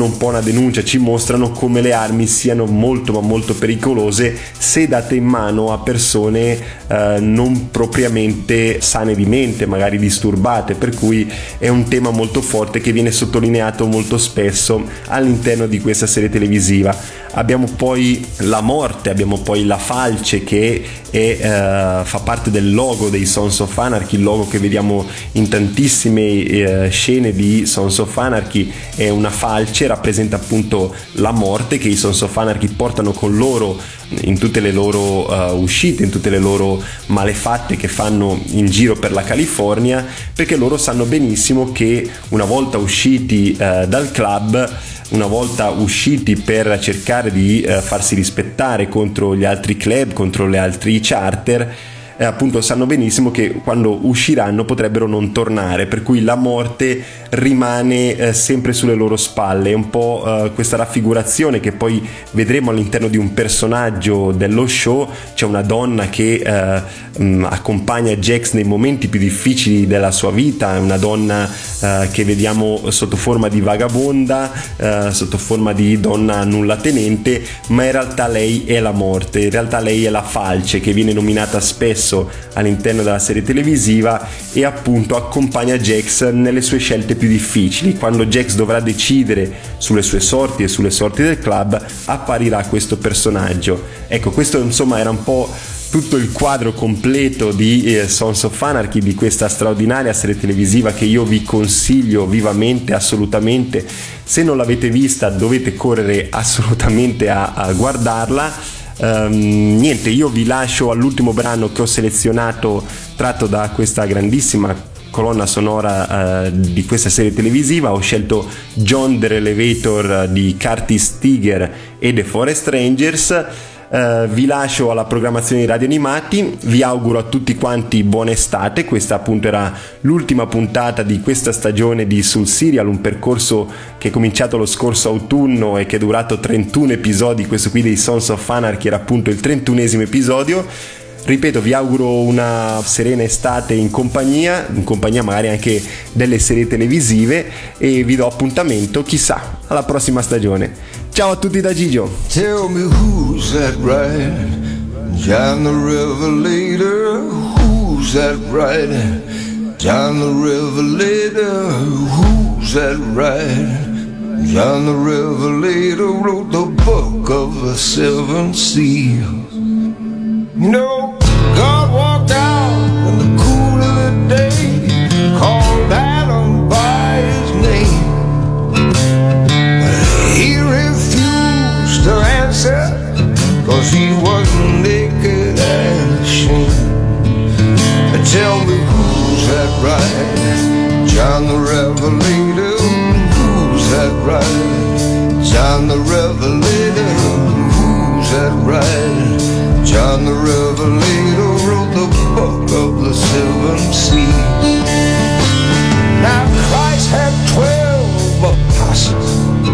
denuncia ci mostrano come le armi siano molto ma molto pericolose se date in mano a persone eh, non propriamente sane di mente, magari disturbate, per cui è un tema molto forte che viene sottolineato molto spesso all'interno di questa serie televisiva. Abbiamo poi la morte, abbiamo poi la falce che è, eh, fa parte del logo dei Sons of Anarchy, il logo che vediamo in tantissime eh, scene di Sons of Anarchy è una falce, rappresenta appunto la morte che i Sons of Anarchy portano con loro in tutte le loro uh, uscite, in tutte le loro malefatte che fanno in giro per la California, perché loro sanno benissimo che una volta usciti uh, dal club, una volta usciti per cercare di uh, farsi rispettare contro gli altri club, contro gli altri charter, eh, appunto sanno benissimo che quando usciranno potrebbero non tornare, per cui la morte rimane eh, sempre sulle loro spalle. È un po' eh, questa raffigurazione che poi vedremo all'interno di un personaggio dello show. C'è una donna che eh, mh, accompagna Jax nei momenti più difficili della sua vita, è una donna eh, che vediamo sotto forma di vagabonda, eh, sotto forma di donna nullatenente, ma in realtà lei è la morte, in realtà lei è la falce che viene nominata spesso all'interno della serie televisiva e appunto accompagna Jax nelle sue scelte più difficili. Quando Jax dovrà decidere sulle sue sorti e sulle sorti del club, apparirà questo personaggio. Ecco, questo insomma era un po' tutto il quadro completo di eh, Sons of Anarchy, di questa straordinaria serie televisiva che io vi consiglio vivamente, assolutamente. Se non l'avete vista dovete correre assolutamente a, a guardarla. Um, niente, io vi lascio all'ultimo brano che ho selezionato, tratto da questa grandissima colonna sonora uh, di questa serie televisiva. Ho scelto John the Relevator di Curtis Stigger e The Forest Rangers. Uh, vi lascio alla programmazione di Radio Animati, vi auguro a tutti quanti buona estate. Questa appunto era l'ultima puntata di questa stagione di Sul Serial, un percorso che è cominciato lo scorso autunno e che è durato trentuno episodi. Questo qui dei Sons of Anarchy era appunto il trentunesimo episodio. Ripeto, vi auguro una serena estate in compagnia, in compagnia magari anche delle serie televisive, e vi do appuntamento, chissà, alla prossima stagione. Ciao a tutti da Gigio. Tell me who's that right? John the Revelator. Who's that right? John the Revelator. Who's that right? John the Revelator wrote the book of the seven seals. You know, God walked out in the cool of the day, called Adam by his name. He refused to answer, cause he was naked and ashamed. Tell me who's that right? John the Revelator. Who's that right? John the Revelator. Who's that right? John the Revelator wrote the book of the seven seals. Now Christ had twelve apostles,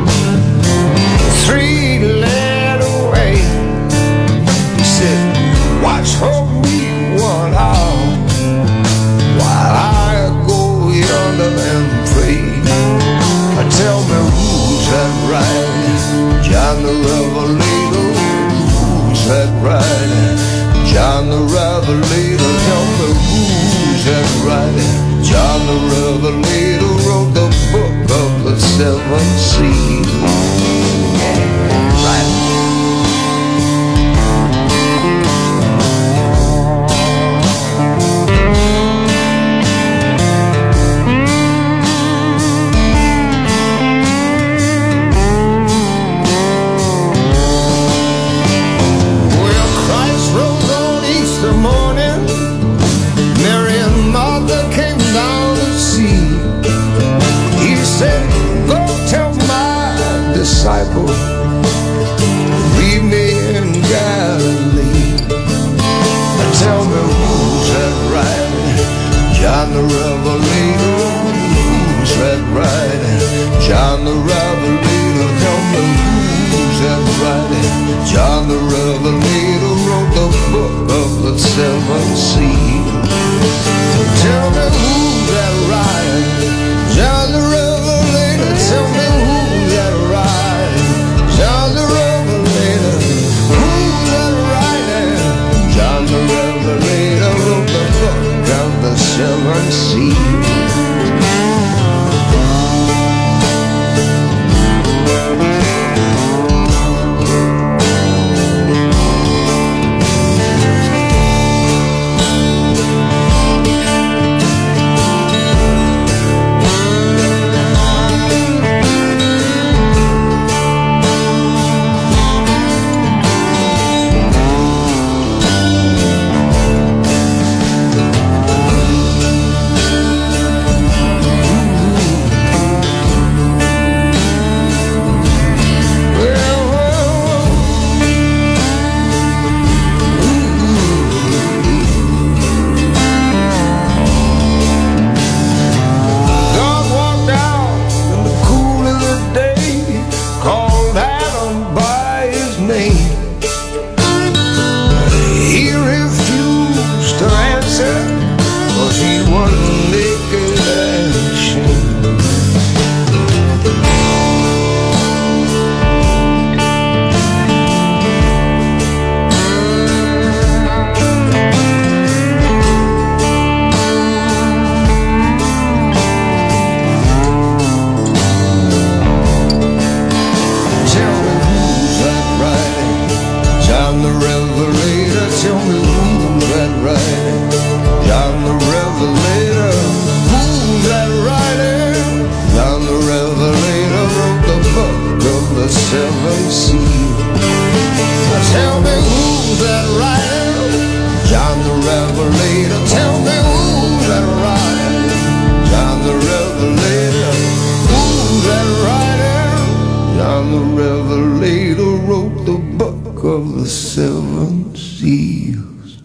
three led away. He said, watch for me one hour, while I go yonder and pray. Tell me who's that right? John the Revelator. Who's that right? John the Revelator. Tell me who's that right? John the Revelator wrote the book of the seven seals. Right. Disciple, leave me in Galilee. Tell me who's that right? John the Revelator. Who's that right? John the Revelator. Tell me who's that right? John the Revelator wrote the book of the seven seals. Tell me who's that right? John the Revelator. Tell me who's that right? seventh seal. Now tell me who's that writer? John the Revelator. Tell me who's that writer? John the Revelator. Who's that writer? John the Revelator wrote the book of the seven seals.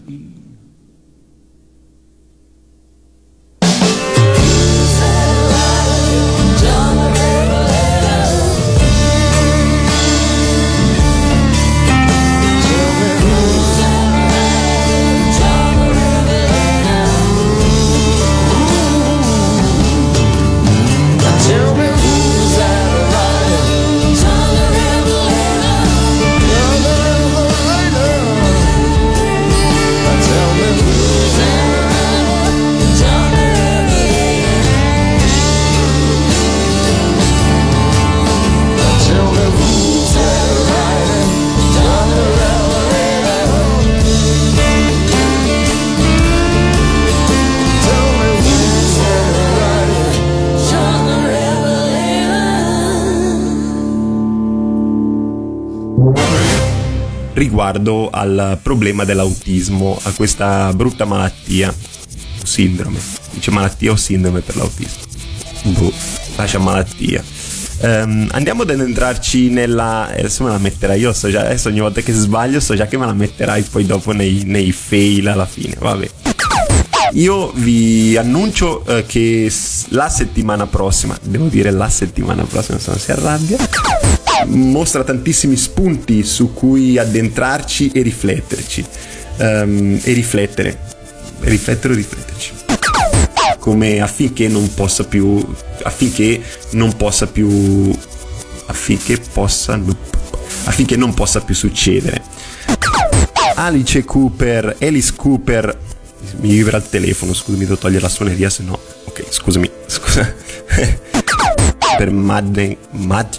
Riguardo al problema dell'autismo, a questa brutta malattia, sindrome, dice malattia o sindrome per l'autismo? Boh, lascia malattia. Um, andiamo ad entrarci nella, adesso me la metterai, io so già, adesso ogni volta che sbaglio so già che me la metterai poi dopo nei, nei fail alla fine, vabbè. Io vi annuncio uh, che la settimana prossima, devo dire la settimana prossima, se non si arrabbia, mostra tantissimi spunti su cui addentrarci e rifletterci um, e riflettere e riflettere o rifletterci come affinché non possa più affinché non possa più affinché possa affinché non possa più succedere. Alice Cooper, Alice Cooper, mi vibra il telefono, scusami, devo togliere la suoneria, se no ok, scusami, scusa. Per Madden Mad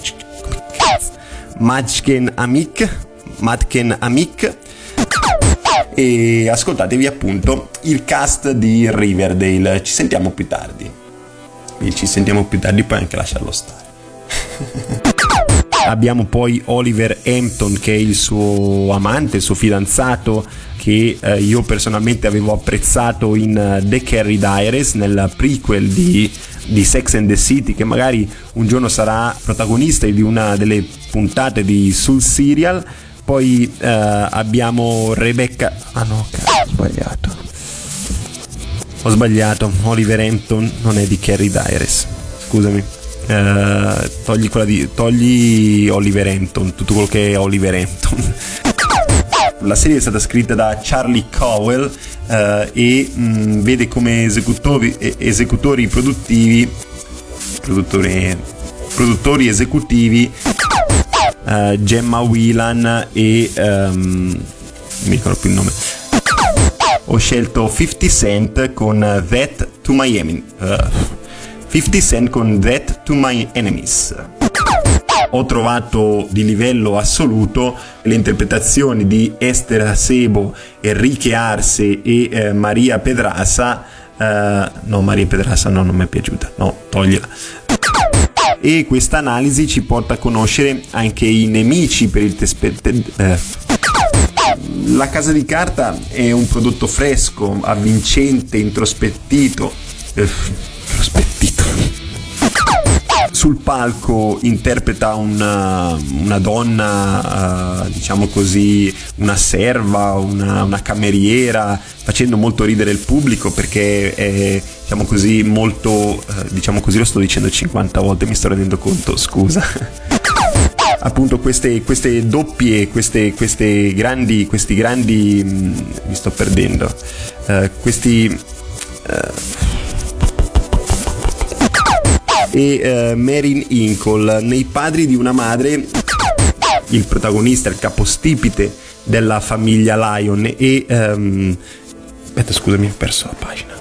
Madken Amik Madken Amik e ascoltatevi appunto il cast di Riverdale. Ci sentiamo più tardi e ci sentiamo più tardi, poi anche lasciarlo stare. Abbiamo poi Oliver Hampton, che è il suo amante, il suo fidanzato, che eh, io personalmente avevo apprezzato in uh, The Carrie Diaries, nel prequel di, di Sex and the City, che magari un giorno sarà protagonista di una delle puntate di sul serial. Poi uh, abbiamo Rebecca, ah no, cazzo, ho sbagliato ho sbagliato Oliver Hampton non è di Carrie Diaries, scusami. Uh, togli quella di togli Oliver Hampton, tutto quello che è Oliver Hampton. La serie è stata scritta da Charlie Cowell uh, e mh, vede come esecutori, eh, esecutori produttivi produttori, produttori esecutivi uh, Gemma Whelan e um, non mi ricordo più il nome. Ho scelto fifty Cent con That to My Enemy uh, fifty Cent con That to My Enemies. Ho trovato di livello assoluto le interpretazioni di Esther Sebo, Enrique Arce e eh, Maria Pedraza. Uh, no, Maria Pedraza no, non mi è piaciuta, no, togliela. E questa analisi ci porta a conoscere anche i nemici per il tespete. Eh. La Casa di Carta è un prodotto fresco, avvincente, introspettito. Eh, introspettito. Sul palco interpreta una, una donna, uh, diciamo così, una serva, una, una cameriera, facendo molto ridere il pubblico perché è, diciamo così, molto, uh, diciamo così, lo sto dicendo cinquanta volte, mi sto rendendo conto, scusa. Appunto queste, queste doppie, queste, queste grandi, questi grandi, mh, mi sto perdendo, uh, questi... Uh, e uh, Marin Inkle nei Padri di una madre, il protagonista, il capostipite della famiglia Lyon e um, aspetta, scusami, ho perso la pagina,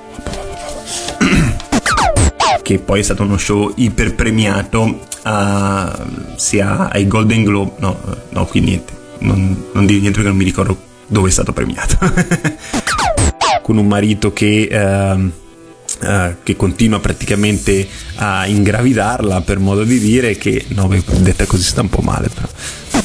che poi è stato uno show iper premiato uh, sia ai Golden Globe, no, no, qui niente, non, non dire niente perché non mi ricordo dove è stato premiato. Con un marito che uh, Uh, che continua praticamente a ingravidarla, per modo di dire, che no, beh, detta così sta un po' male, però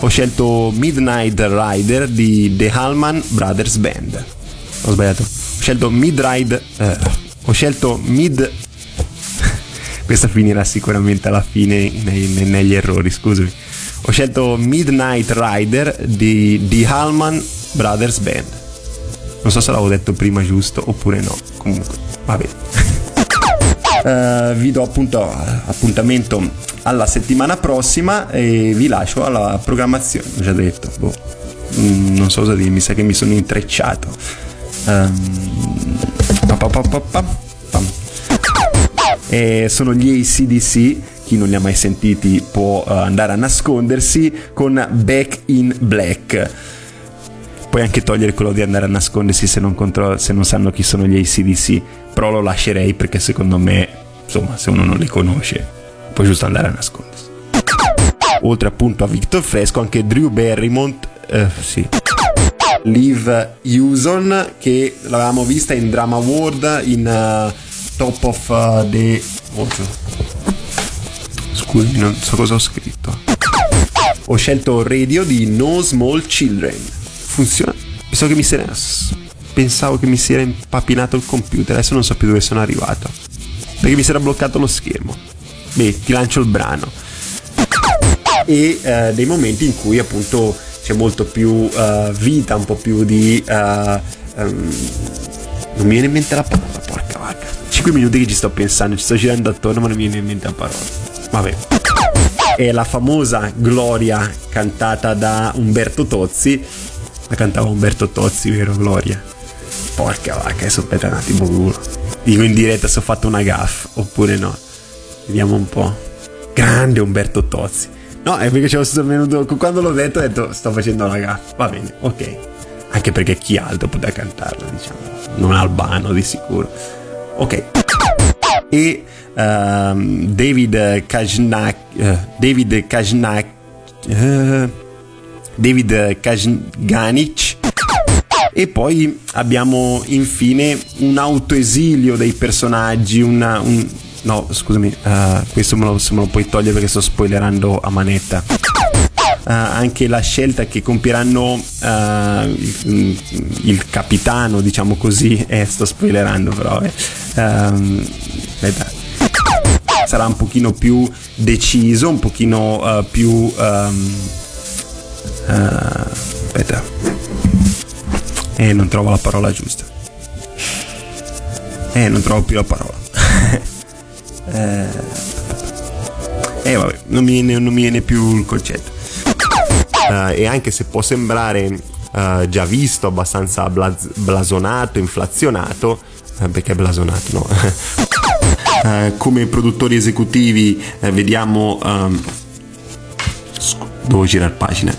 ho scelto Midnight Rider di The Allman Brothers Band. Ho sbagliato. Ho scelto Mid Ride. Eh, ho scelto Mid. Questa finirà sicuramente alla fine nei, nei, negli errori, scusami. Ho scelto Midnight Rider di The Allman Brothers Band. Non so se l'avevo detto prima giusto oppure no. Comunque, va bene. Uh, vi do appunto appuntamento alla settimana prossima e vi lascio alla programmazione. Ho già detto, boh. mm, non so cosa dire, mi sa che mi sono intrecciato. Um, pa, pa, pa, pa, pa, pa. E sono gli A C D C. Chi non li ha mai sentiti può uh, andare a nascondersi con Back in Black. Puoi anche togliere quello di andare a nascondersi se non, contro- se non sanno chi sono gli A C D C, però lo lascerei perché secondo me, insomma, se uno non li conosce può giusto andare a nascondersi. Oltre appunto a Victor Fresco, anche Drew Barrymore, eh, sì, Liv Uson, che l'avevamo vista in Drama World in uh, Top of uh, the... Oh, scusami, non so cosa ho scritto. Ho scelto Radio di No Small Children. Funziona. So che mi si era... Pensavo che mi si era impapinato il computer. Adesso non so più dove sono arrivato, perché mi si era bloccato lo schermo. Beh, ti lancio il brano. E eh, dei momenti in cui appunto c'è molto più uh, vita, un po' più di... Uh, um, non mi viene in mente la parola, porca vacca. cinque minuti che ci sto pensando, ci sto girando attorno ma non mi viene in mente la parola. Vabbè. È la famosa Gloria cantata da Umberto Tozzi. La cantava Umberto Tozzi, vero Gloria? Porca vacca, adesso aspetta un attimo uno. Dico in diretta se ho fatto una gaffe oppure no. Vediamo un po'. Grande Umberto Tozzi. No, è perché ci sono venuto, quando l'ho detto ho detto sto facendo una gaffe. Va bene, ok. Anche perché chi altro poteva cantarla, diciamo. Non Albano di sicuro. Ok. E um, David Kajnak uh, David Kajnak uh, David Kajganic. E poi abbiamo infine un autoesilio dei personaggi, una, un, no scusami, uh, questo me lo, me lo puoi togliere perché sto spoilerando a manetta. Uh, anche la scelta che compieranno uh, il, il capitano, diciamo così, eh, sto spoilerando però eh. um, aspetta. Sarà un pochino più deciso, un pochino uh, più um, uh, aspetta, eh non trovo la parola giusta, eh non trovo più la parola. eh, eh vabbè, non mi viene, non mi viene più il concetto. Uh, e anche se può sembrare uh, già visto, abbastanza blas- blasonato, inflazionato, uh, perché blasonato no? uh, come produttori esecutivi uh, vediamo um, scu- devo girare pagina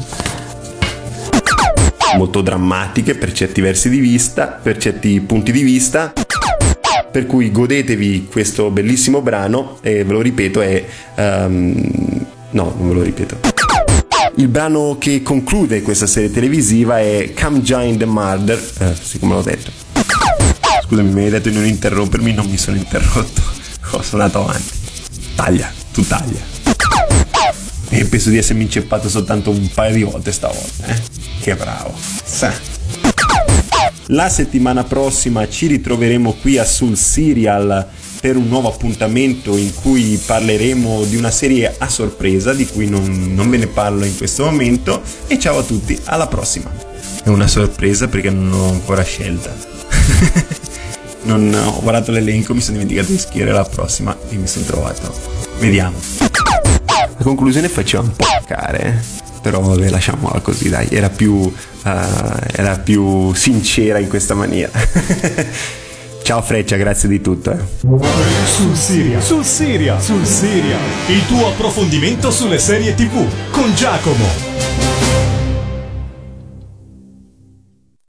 molto drammatiche per certi versi di vista, per certi punti di vista, per cui godetevi questo bellissimo brano. E ve lo ripeto, è um, no non ve lo ripeto il brano che conclude questa serie televisiva è Come Join the Murder, eh, siccome l'ho detto. Scusami, mi hai detto di non interrompermi, non mi sono interrotto, ho suonato avanti. Taglia, tu taglia. E penso di essermi inceppato soltanto un paio di volte stavolta, eh? Che bravo. Sa. La settimana prossima ci ritroveremo qui a Sul Serial per un nuovo appuntamento in cui parleremo di una serie a sorpresa di cui non, non ve ne parlo in questo momento. E ciao a tutti, alla prossima. È una sorpresa perché non ho ancora scelta. Non ho guardato l'elenco, mi sono dimenticato di scrivere la prossima e mi sono trovato. Vediamo. La conclusione faceva un po' care, però vabbè, lasciamola così, dai. Era più uh, era più sincera in questa maniera. Ciao Freccia, grazie di tutto. Eh. Sul Serial, sul Serial, sul Serial, il tuo approfondimento sulle serie tivù con Giacomo.